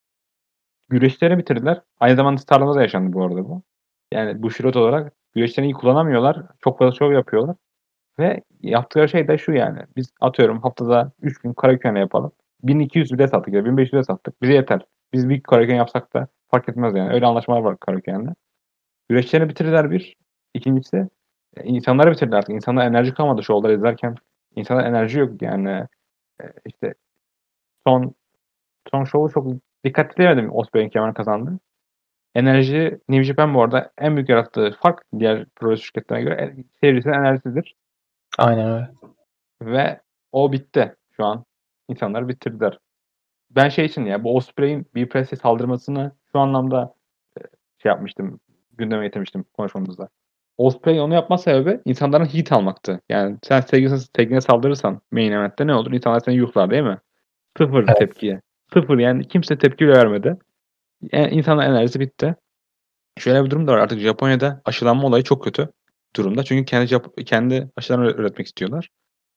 Güreşleri bitirdiler. Aynı zamanda Stardom'da da yaşandı bu arada bu. Yani Bushiroad olarak güreşlerini iyi kullanamıyorlar. Çok fazla şov yapıyorlar. Ve yaptıkları şey de şu yani. Biz atıyorum haftada 3 gün Karaköy'e yapalım. 1200 bilet sattık ya 1500 bilet sattık. Bize yeter. Biz bir Karaköy yapsak da fark etmez yani. Öyle anlaşmalar var Karaköy'le. Güreşlerini bitirdiler bir. İkincisi insanları bitirdiler artık. İnsanlar enerji kalmadı şovları izlerken. İnsanlar enerji yok yani. İşte son şovu çok dikkatli demedim Osprey'in kemer kazandı. Enerji New Japan bu arada en büyük yarattığı fark diğer pro şirketlerine göre seyircisinin enerjisidir. Aynen öyle. Ve o bitti şu an. İnsanlar bitirdiler. Ben şey için ya bu Osprey'in bir presse saldırmasını şu anlamda şey yapmıştım. Gündeme getirmiştim konuşmamızda. Osprey onu yapma sebebi insanların heat almaktı. Yani sen sevgiline saldırırsan main event'te ne olur? İnsanlar seni yuhlar değil mi? Sıfır Evet. tepkiye. Sıfır yani kimse tepki vermedi. Yani insanların enerjisi bitti. Şöyle bir durum da var artık Japonya'da aşılanma olayı çok kötü durumda. Çünkü kendi aşılarını üretmek istiyorlar.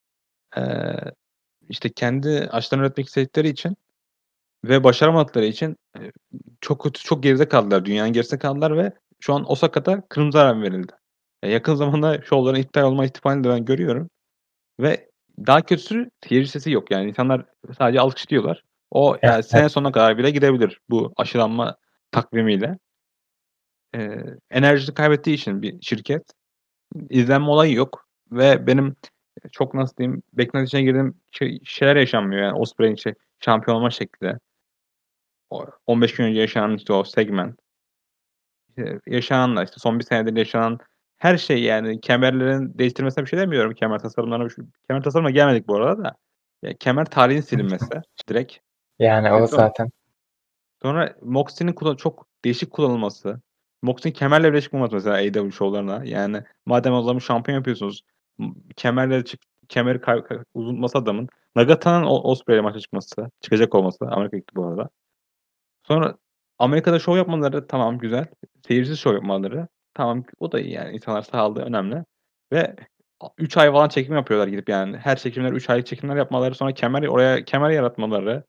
Eee, işte kendi aşılarını üretmek istedikleri için ve başaramadıkları için, çok kötü, çok geride kaldılar. Dünyanın gerisinde kaldılar ve şu an Osaka'da kırmızı alarm verildi. Yakın zamanda şovların iptal olma ihtimalini de ben görüyorum ve daha kötüsü seyirci sesi yok. Yani insanlar sadece alkışlıyorlar. O Evet, yani evet. sene sonuna kadar bile gidebilir bu aşılanma takvimiyle. Enerjisini kaybettiği için bir şirket, izlenme olayı yok ve benim çok nasıl diyeyim, beklenti içine girdiğim şeyler yaşanmıyor. Yani Osprey'in şampiyon olma şekli, 15 gün önce yaşanan işte o segment, yaşananlar, işte son bir senedir yaşanan her şey yani kemerlerin değiştirmesine bir şey demiyorum. Kemer tasarımlarına kemer tasarımına gelmedik bu arada da. Ya, kemer tarihin silinmesi direkt. Yani İşte o zaten. sonra Moxie'nin çok değişik kullanılması. Moxie'nin kemerle bile çıkmaması mesela AEW şovlarına. Yani madem o zaman şampiyon yapıyorsunuz, kemerle kemeri uzatması adamın. Nagata'nın Osprey'le maça çıkacak olması. Amerika gitti bu arada. Sonra Amerika'da şov yapmaları tamam güzel. Seyircisiz şov yapmaları tamam o da iyi yani. İnsanlar sağlığı önemli ve 3 ay falan çekim yapıyorlar gidip yani. Her çekimler 3 aylık çekimler yapmaları, sonra oraya kemer yaratmaları.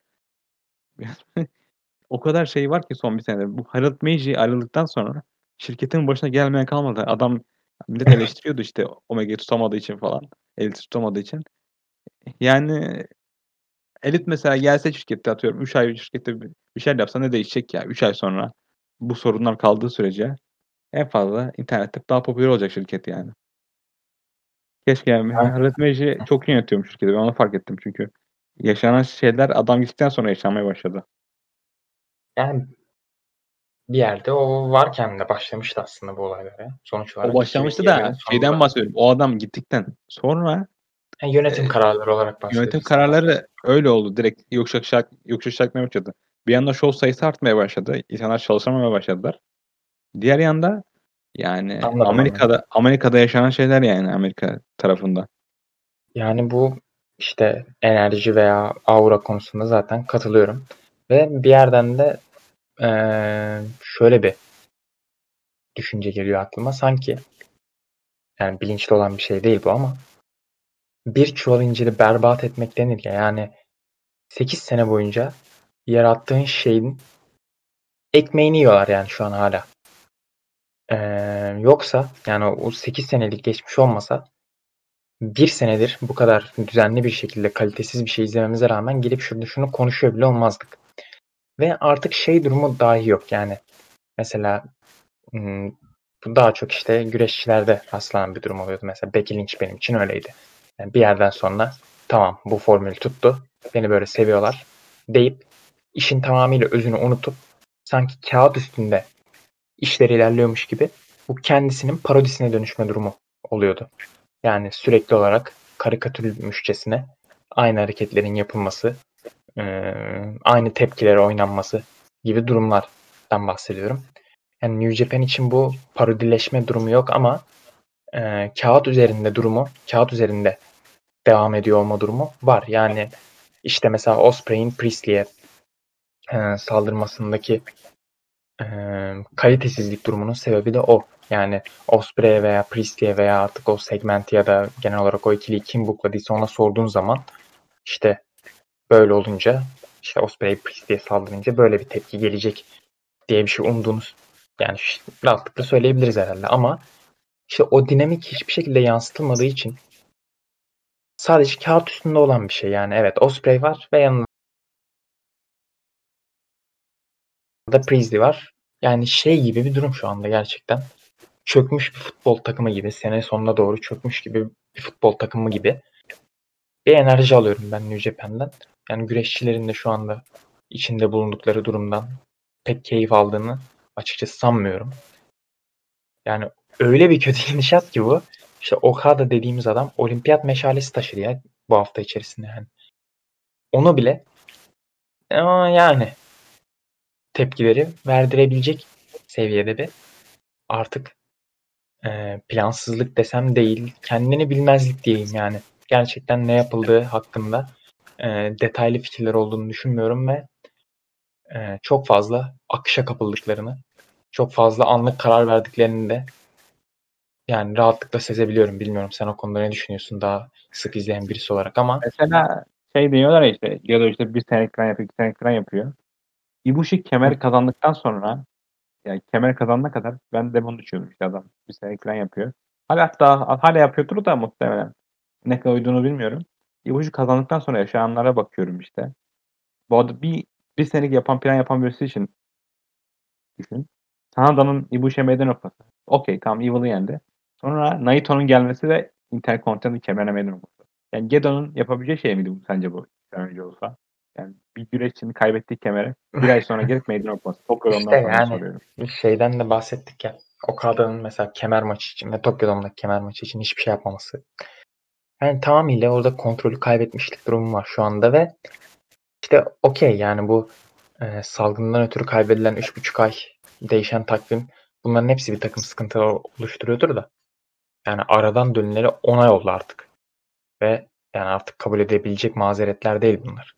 O kadar şey var ki son bir senede. Bu Harold Meiji ayrıldıktan sonra şirketin başına gelmeyen kalmadı. Adam millet eleştiriyordu işte Omega'yı tutamadığı için falan. Elit'i tutamadığı için. Yani Elit mesela gelse şirkette atıyorum 3 ay şirkette bir şeyler yapsa ne değişecek ya? 3 ay sonra bu sorunlar kaldığı sürece en fazla internette daha popüler olacak şirket yani. Keşke yani Yani, Harold Meiji çok iyi yönetiyormuş şirketi. Ben onu fark ettim çünkü. Yaşanan şeyler adam gittikten sonra yaşanmaya başladı. yani bir yerde o varken de başlamıştı aslında bu olaylara. Sonuç O olarak başlamıştı 2020'nin da şeyden sonunda bahsediyorum. O adam gittikten sonra yönetim eee, kararları olarak yönetim bahsedebilirsin daha çok. kararları öyle oldu. Direkt yokuş aşağı gitmeye başladı. Bir anda show sayısı artmaya başladı. İnsanlar çalışamamaya başladılar. Diğer yanda yani Anladım, anladım. Amerika'da yaşanan şeyler yani Amerika tarafında. Yani bu işte enerji veya aura konusunda zaten katılıyorum. Ve bir yerden de şöyle bir düşünce geliyor aklıma. Sanki yani bilinçli olan bir şey değil bu ama bir çuval inciri berbat etmek denir ya. Yani 8 sene boyunca yarattığın şeyin ekmeğini yiyorlar yani şu an hala. Yoksa yani o 8 senelik geçmiş olmasa bir senedir bu kadar düzenli bir şekilde kalitesiz bir şey izlememize rağmen gelip şurada şunu konuşuyor bile olmazdık. Ve artık şey durumu dahi yok yani. Mesela bu daha çok işte güreşçilerde rastlanan bir durum oluyordu. Mesela Becky Lynch benim için öyleydi. Yani bir yerden sonra tamam bu formül tuttu. Beni böyle seviyorlar deyip işin tamamıyla özünü unutup sanki kağıt üstünde işler ilerliyormuş gibi bu kendisinin parodisine dönüşme durumu oluyordu. Yani sürekli olarak karikatürmüşçesine aynı hareketlerin yapılması, aynı tepkilere oynanması gibi durumlardan bahsediyorum. Yani New Japan için bu parodileşme durumu yok ama kağıt üzerinde devam ediyor olma durumu var. Yani işte mesela Ospreay'in Priestley'e saldırmasındaki kalitesizlik durumunun sebebi de o. Yani Ospreay veya Priestley'e veya artık o segmenti ya da genel olarak o ikiliyi kim bookladıysa ona sorduğun zaman işte böyle olunca işte Ospreay Priestley'e saldırınca böyle bir tepki gelecek diye bir şey umduğunuz yani rahatlıkla söyleyebiliriz herhalde ama işte o dinamik hiçbir şekilde yansıtılmadığı için sadece kağıt üstünde olan bir şey. Yani evet Ospreay var ve yanında Priestley var. Yani şey gibi bir durum şu anda gerçekten. Çökmüş bir futbol takımı gibi, sene sonuna doğru çökmüş gibi bir futbol takımı gibi bir enerji alıyorum ben New Japan'den. Yani güreşçilerin de şu anda içinde bulundukları durumdan pek keyif aldığını açıkçası sanmıyorum. Yani öyle bir kötü gidişat ki bu. İşte Okada dediğimiz adam olimpiyat meşalesi taşıdı ya bu hafta içerisinde yani. Onu bile yani tepkileri verdirebilecek seviyede bir artık plansızlık desem değil, kendini bilmezlik diyeyim yani. Gerçekten ne yapıldığı hakkında detaylı fikirler olduğunu düşünmüyorum ve çok fazla akışa kapıldıklarını, çok fazla anlık karar verdiklerini de yani rahatlıkla sezebiliyorum. Bilmiyorum sen o konuda ne düşünüyorsun daha sık izleyen birisi olarak ama Mesela şey diyorlar ya işte ya da işte 1 senelik falan yapıyor, 2 senelik falan yapıyor. Ibushi hı, kemer kazandıktan sonra yani kemer kazanana kadar ben de bunu düşünüyorum işte adam 1 senelik falan yapıyor. Hâlâ yapıyordur da muhtemelen. Ne kadar uyduğunu bilmiyorum. Ibushi kazandıktan sonra yaşananlara bakıyorum işte. Bu arada bir senelik plan yapan birisi için düşün. Sanada'nın Ibushi'ye meydan okuması. Okay, tamam Evil'ı yendi. Sonra Naito'nun gelmesi ve Intercontinental kemerine meydan okuması. Yani Gedo'nun yapabileceği şey miydi bu sence bu önce olsa? Yani bir güreşçinin kaybettiği kemere bir ay sonra gelip meydan okuması. Tokyo işte Dome'dan sonra yani soruyorum. bir şeyden de bahsettik ya. Okada'nın mesela kemer maçı için ve Tokyo Dome'daki kemer maçı için hiçbir şey yapmaması. Yani tamamıyla orada kontrolü kaybetmişlik durumu var şu anda ve işte okey yani bu salgından ötürü kaybedilen 3,5 ay değişen takvim bunların hepsi bir takım sıkıntılar oluşturuyordur da yani aradan dönüleri 10 ay oldu artık ve yani artık kabul edebilecek mazeretler değil bunlar.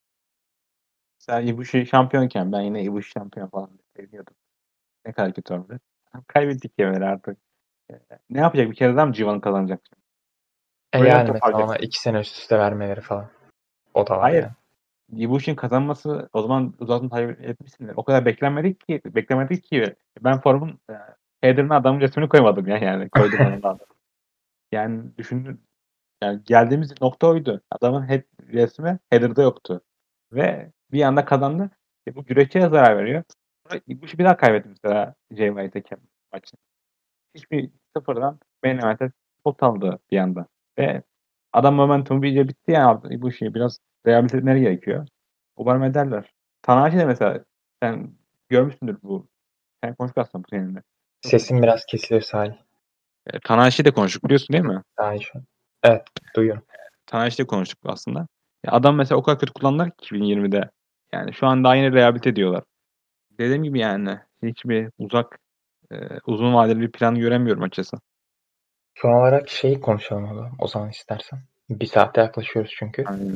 Mesela Ibushi şampiyonken ben yine Ibushi şampiyon falan seviyordum. Ne kadar kötü oldu. Kaybettik kemeri artık. Ne yapacak? Bir kere daha mı G1 kazanacak? Böyle Yani nasıl mesela ona yapacaksın? 2 sene üst üste vermeleri falan. O da var Hayır. yani. Ibushi'nin kazanması o zaman uzatma talep etmişsindir. O kadar beklemedik ki. Ben forumun header'ına adamın resmini koymadım ya yani. Koydum yanına. Yani düşündüm. Yani geldiğimiz nokta oydu. Adamın resmi header'da yoktu. Ve bir anda kazandı. Bu güreşçiye zarar veriyor. Sonra Ibushi bir daha kaybetti mesela Jay White'e maçı. Hiçbir sıfırdan main event'e pot aldı bir anda. Ve adam momentumu iyice bitti yani Ibushi'yi biraz rehabilite etmeleri gerekiyor. Umarım ederler. Tanahashi de mesela sen görmüşsündür bu. Sen konuştuk aslında bu seninle. Sesim biraz kesiliyor Salih. Tanahashi de konuştuk biliyorsun değil mi? Daha iyi şu an. Evet, duyuyorum. Tanahashi de konuştuk aslında. Ya adam mesela o kadar kötü kullandılar ki 2020'de. Yani şu an daha yeni rehabilite ediyorlar. Dediğim gibi yani hiçbir uzun vadeli bir plan göremiyorum açıkçası. Son olarak şeyi konuşalım o zaman istersen. 1 saate yaklaşıyoruz çünkü. Yani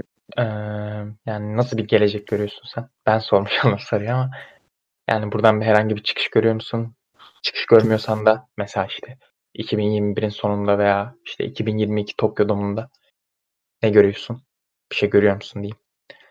Yani nasıl bir gelecek görüyorsun sen? Ben sormuş oldum soruyu ama yani buradan herhangi bir çıkış görüyor musun? Çıkış görmüyorsan da mesela işte 2021'in sonunda veya işte 2022 Tokyo Domu'nda ne görüyorsun? Bir şey görüyor musun diyeyim.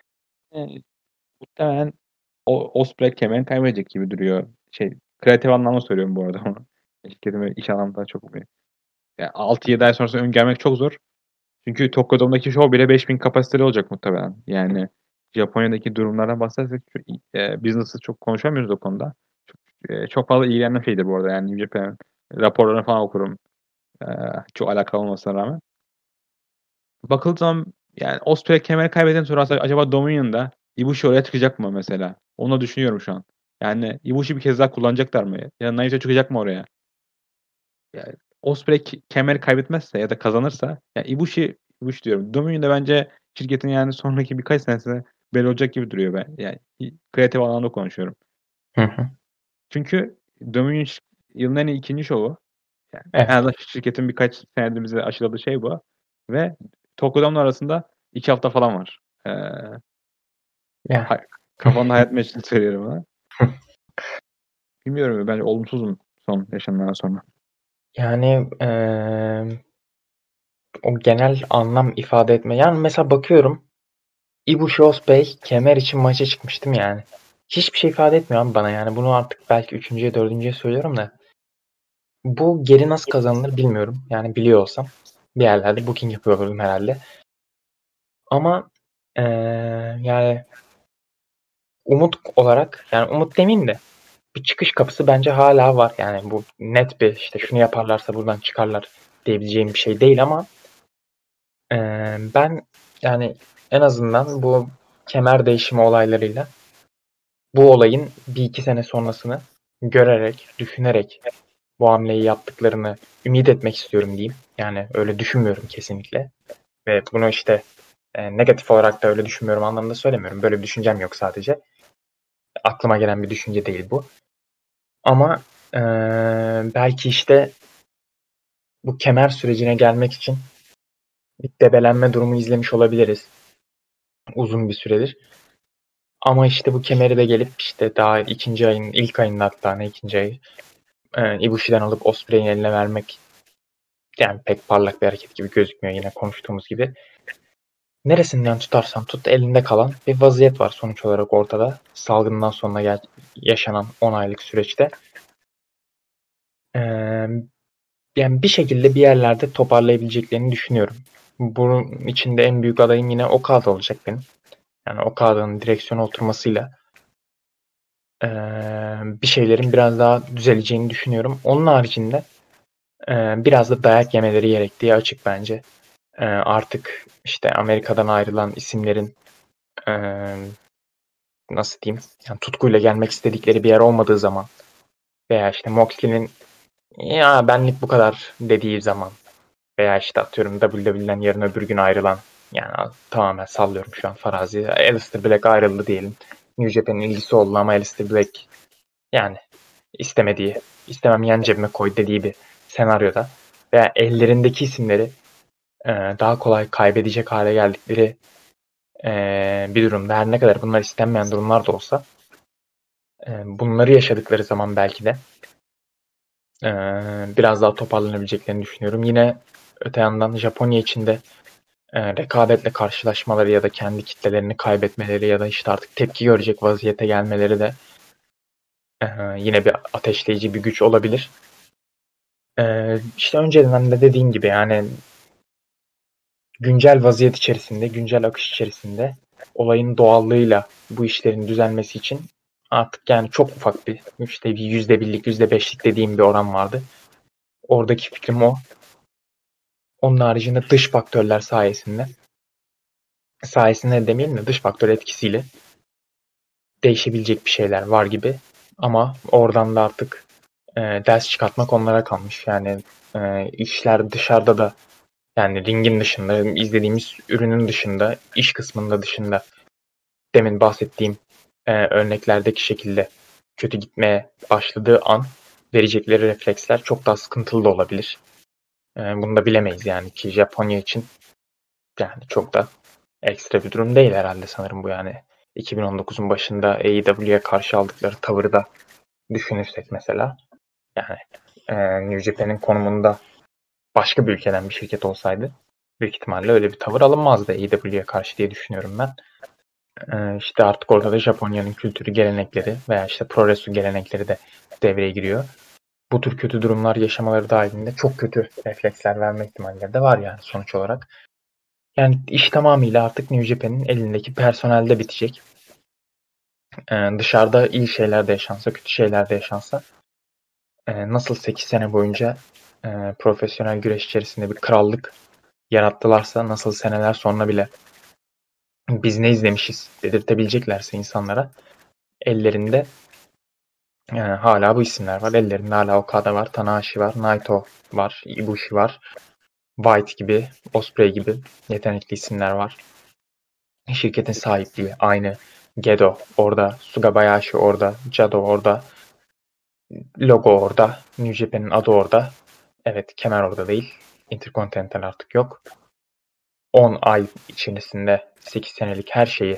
muhtemelen Osprey kemerini kaybedecek gibi duruyor. Kreatif anlamda söylüyorum bu arada ama. Kelime iş anlamda çok büyük. Yani 6-7 ay sonrasında öngörmek çok zor. Çünkü Tokyo'daki show bile 5000 kapasiteli olacak muhtemelen. Yani Japonya'daki durumlardan bahsedersek business'ı çok konuşamıyoruz o konuda. Çok fazla ilgilenen şeydir bu arada. Yani New Japan raporlarını falan okurum. E, Çok alakalı olmasına rağmen. Bakıldığı zaman yani Osprey kemeri kaybeden sonra acaba Dominion'da Ibushi oraya çıkacak mı mesela? Onu da düşünüyorum şu an. Yani Ibushi bir kez daha kullanacaklar mı? Ya Naito çıkacak mı oraya? Yani Osprey kemeri kaybetmezse ya da kazanırsa yani Ibushi diyorum. Dominion'da bence şirketin yani sonraki birkaç senesinde belli olacak gibi duruyor ben. Yani kreatif alanda konuşuyorum. Hı hı. Çünkü Dominion yılın en iyi ikinci şovu. Yani en Evet. azından şirketin birkaç senedir bize aşıladığı şey bu. Ve Tokyo'dan arasında 2 hafta falan var. Ya. Kafanda hayat meşgul söylüyorum ha. Bilmiyorum bence olumsuzum son yaşananlardan sonra. Yani o genel anlam ifade etme. Yani mesela bakıyorum Ibushi Osprey kemer için maça çıkmıştım yani. Hiçbir şey ifade etmiyor abi bana yani. Bunu artık belki 3. 4. söylüyorum da. Bu geri nasıl kazanılır bilmiyorum. Yani biliyor olsam bir yerlerde booking yapıyor olurdum herhalde. Ama yani umut olarak yani umut demeyeyim de bir çıkış kapısı bence hala var. Yani bu net bir işte şunu yaparlarsa buradan çıkarlar diyebileceğim bir şey değil ama ben yani en azından bu kemer değişimi olaylarıyla bu olayın 1-2 sene sonrasını görerek, düşünerek bu hamleyi yaptıklarını ümit etmek istiyorum diyeyim. Yani öyle düşünmüyorum kesinlikle. Ve bunu işte negatif olarak da öyle düşünmüyorum anlamında söylemiyorum. Böyle bir düşüncem yok sadece. Aklıma gelen bir düşünce değil bu. Ama belki işte bu kemer sürecine gelmek için bir debelenme durumu izlemiş olabiliriz uzun bir süredir. Ama işte bu kemeri de gelip işte daha ikinci ayın ilk ayında hatta ne ikinci ayı Ibushi'den alıp Osprey'in eline vermek yani pek parlak bir hareket gibi gözükmüyor yine konuştuğumuz gibi. Neresinden tutarsan tut elinde kalan bir vaziyet var sonuç olarak ortada. Salgından sonra yaşanan 10 aylık süreçte. Yani bir şekilde bir yerlerde toparlayabileceklerini düşünüyorum. Bunun içinde en büyük adayım yine Okada olacak benim. Yani Okada'nın direksiyona oturmasıyla bir şeylerin biraz daha düzeleceğini düşünüyorum. Onun haricinde biraz da dayak yemeleri gerektiği açık bence. Artık işte Amerika'dan ayrılan isimlerin nasıl diyeyim yani tutkuyla gelmek istedikleri bir yer olmadığı zaman veya işte Moxley'nin ya benlik bu kadar dediği zaman veya işte atıyorum WWE'den yarın öbür gün ayrılan yani tamamen sallıyorum şu an farazi. Aleister Black ayrıldı diyelim. New Japan'in ilgisi oldu ama Aleister Black yani istemem yan cebime koy dediği bir senaryoda veya ellerindeki isimleri daha kolay kaybedecek hale geldikleri bir durumda her ne kadar bunlar istenmeyen durumlar da olsa bunları yaşadıkları zaman belki de biraz daha toparlanabileceklerini düşünüyorum. Yine Öte yandan Japonya için de rekabetle karşılaşmaları ya da kendi kitlelerini kaybetmeleri ya da işte artık tepki görecek vaziyete gelmeleri de yine bir ateşleyici bir güç olabilir. İşte önceden de dediğim gibi yani güncel vaziyet içerisinde, güncel akış içerisinde olayın doğallığıyla bu işlerin düzelmesi için artık yani çok ufak bir işte bir %1'lik, %5'lik dediğim bir oran vardı. Oradaki fikrim o. Onun haricinde dış faktörler sayesinde demeyelim de dış faktör etkisiyle değişebilecek bir şeyler var gibi. Ama oradan da artık ders çıkartmak onlara kalmış. Yani işler dışarıda da yani ringin dışında, izlediğimiz ürünün dışında, iş kısmında dışında demin bahsettiğim örneklerdeki şekilde kötü gitmeye başladığı an verecekleri refleksler çok daha sıkıntılı da olabilir. Bunu da bilemeyiz yani ki Japonya için yani çok da ekstra bir durum değil herhalde sanırım bu yani. 2019'un başında AEW'ye karşı aldıkları tavırı da düşünürsek mesela yani New Japan'in konumunda başka bir ülkeden bir şirket olsaydı büyük ihtimalle öyle bir tavır alınmazdı AEW'ye karşı diye düşünüyorum ben. İşte artık orada da Japonya'nın kültürü, gelenekleri veya işte pro wrestling gelenekleri de devreye giriyor. Bu tür kötü durumlar yaşamaları dahilinde çok kötü refleksler verme ihtimalleri de var yani sonuç olarak. Yani iş tamamıyla artık New Japan'in elindeki personelde bitecek. Dışarıda iyi şeyler de yaşansa, kötü şeyler de yaşansa nasıl 8 sene boyunca profesyonel güreş içerisinde bir krallık yarattılarsa, nasıl seneler sonra bile biz ne izlemişiz dedirtebileceklerse insanlara ellerinde hala bu isimler var. Ellerinde hala Okada var, Tanahashi var, Naito var, Ibushi var, White gibi, Ospreay gibi yetenekli isimler var. Şirketin sahipliği aynı. Gedo orada, Sugabayashi orada, Jado orada, logo orada, New Japan'in adı orada. Evet, kemer orada değil. Intercontinental artık yok. 10 ay içerisinde 8 senelik her şeyi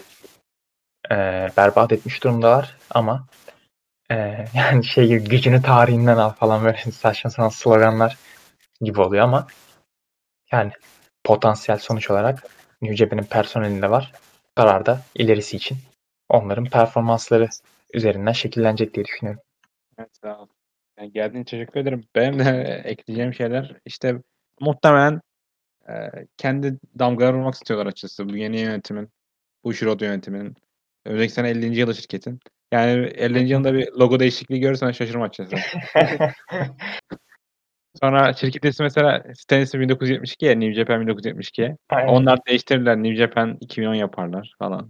berbat etmiş durumdalar ama yani gücünü tarihinden al falan böyle saçma sapan sloganlar gibi oluyor ama yani potansiyel sonuç olarak New Japan'in personelinde var. Karar da ilerisi için onların performansları üzerinden şekillenecek diye düşünüyorum. Evet, sağ ol. Yani geldiğin için teşekkür ederim. Benim de ekleyeceğim şeyler işte muhtemelen kendi damgalarını vurmak istiyorlar açıkçası. Bu yeni yönetimin, bu Shiroda yönetiminin. Özellikle sene 50. yılı şirketin. Yani 50. yılında bir logo değişikliği görürsen şaşırma açıkçası. Sonra şirket ismi mesela Stanley 1972 ya, New Japan 1972'ye. Aynen. Onlar değiştirirler. New Japan 2010 yaparlar falan.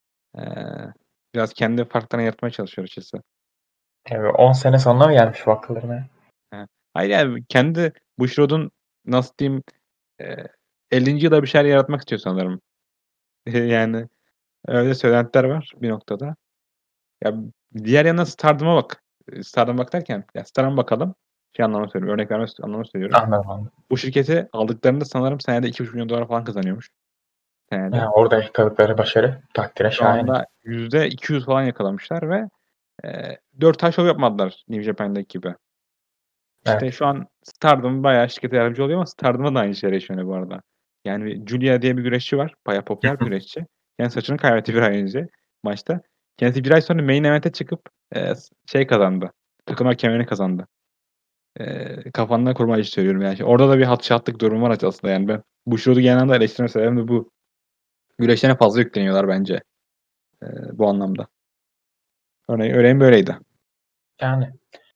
Biraz kendi farklarını yaratmaya çalışıyor açıkçası. Evet, 10 sene sonra mı gelmiş bu akıllarına? He. Hayır yani kendi Bushiroad'un nasıl diyeyim 50. yılda bir şeyler yaratmak istiyor sanırım. Yani öyle söylentiler var bir noktada. Ya diğer yana Stardom'a bak. Stardom'a bak derken ya Stardom'a bakalım. Şey anlamda söylüyorum. Örnek verme anlamında söylüyorum. Anladım, anladım. Bu şirketi aldıklarında sanırım senede $2,5 milyon falan kazanıyormuş. Senede. Yani orada yakaladıkları başarı takdire Şu şayan. anda %200 falan yakalamışlar ve 4 ay şov yapmadılar New Japan'daki gibi. İşte Evet. şu an Stardom bayağı şirkete yardımcı oluyor ama Stardom'da da aynı şeyler yaşanıyor bu arada. Yani Giulia diye bir güreşçi var. Bayağı popüler bir güreşçi. Yani saçını kaybetti bir ay önce maçta. Kendisi bir ay sonra main event'e çıkıp şey kazandı. Takımlar kemerini kazandı. Kafandan kurmacı söylüyorum yani. Orada da bir hatşatlık durumu var aslında yani. Ben Bushiroad'u genel anlamda eleştirme sebebim de bu. Güreşlerine fazla yükleniyorlar bence. Bu anlamda. Örneğin böyleydi. Yani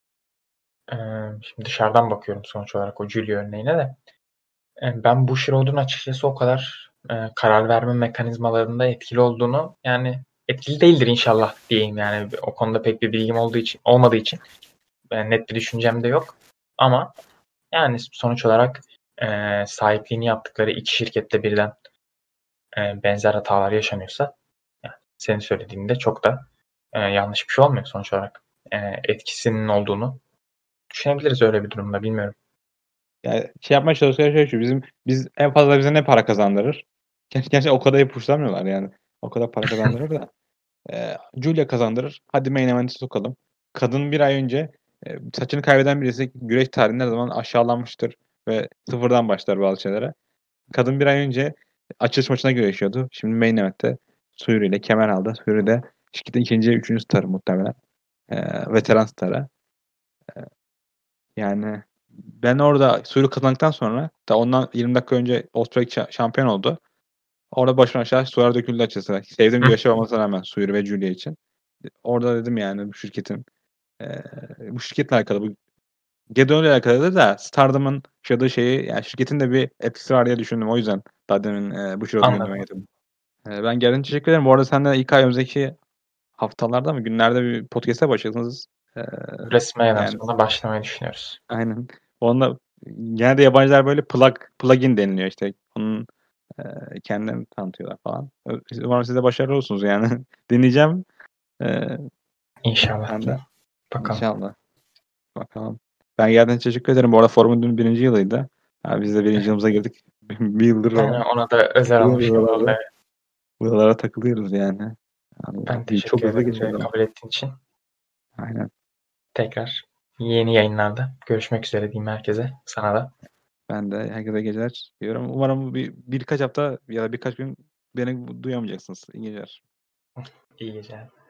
şimdi dışarıdan bakıyorum sonuç olarak o Julia örneğine de. Ben Bushiroad'un açıkçası o kadar karar verme mekanizmalarında etkili olduğunu yani etkili değildir inşallah diyeyim yani o konuda pek bir bilgim olmadığı için net bir düşüncem de yok. Ama yani sonuç olarak sahipliğini yaptıkları iki şirkette birden benzer hatalar yaşanıyorsa yani senin söylediğinde çok da yanlış bir şey olmuyor sonuç olarak. Etkisinin olduğunu düşünebiliriz öyle bir durumda bilmiyorum. Yani şey yapmaya çalıştıkları şey şu. Biz en fazla bize ne para kazandırır? Gerçi o kadar pushlamıyorlar yani. O kadar para kazandırır da. Giulia kazandırır. Hadi main event'e sokalım. Kadın bir ay önce saçını kaybeden birisi güreş tarihinde her zaman aşağılanmıştır. ve sıfırdan başlar bazı şeylere. Kadın bir ay önce açılış maçına güreşiyordu. Şimdi main event'te Suri ile kemer aldı. Suri de şirketin ikinci, üçüncü starı muhtemelen. Veteran starı. Yani ben orada Suri kazandıktan sonra da ondan 20 dakika önce Austria şampiyon oldu. Orada başına aşağı sular döküldü açıkçası. Sevdiğim güreşler olmasına rağmen Suri ve Julia için. Orada dedim yani bu şirketle alakalı, bu Gedo ile alakalı da Stardom'un yaşadığı şeyi, yani şirketin de bir etkisi var diye düşündüm. O yüzden daha demin bu şurada gündeme Anladım. getirdim. Ben geldiğin için teşekkür ederim. Bu arada sen de ilk ay önümüzdeki haftalarda mı, günlerde bir podcast'e başladınız. WrestleMania'dan Yani sonra başlamayı düşünüyoruz. aynen. Onunla genelde yabancılar böyle plugin deniliyor işte. Onun kendilerini tanıtıyorlar falan. Umarım siz de başarılı olursunuz yani. Dinleyeceğim. Eee, İnşallah Ben de diyeyim. Bakalım. inşallah. Bakalım. Ben geldiğin için teşekkür ederim. Bu arada Formül'ün 1. yılıydı. Biz de 1. yılımıza girdik. Bir yıldır Aynen, ona da özel almış gibi oldu. Evet. Buralara takılıyoruz yani. Ben Allah, çok teşekkür hızlı ederim geçiyor de zaman. kabul ettiğin için. Aynen. Tekrar yeni yayınlarda görüşmek üzere diyeyim herkese. Sana da. Ben de herkese geceler diyorum. Umarım birkaç hafta ya da birkaç gün beni duyamayacaksınız. İyi geceler. İyi geceler.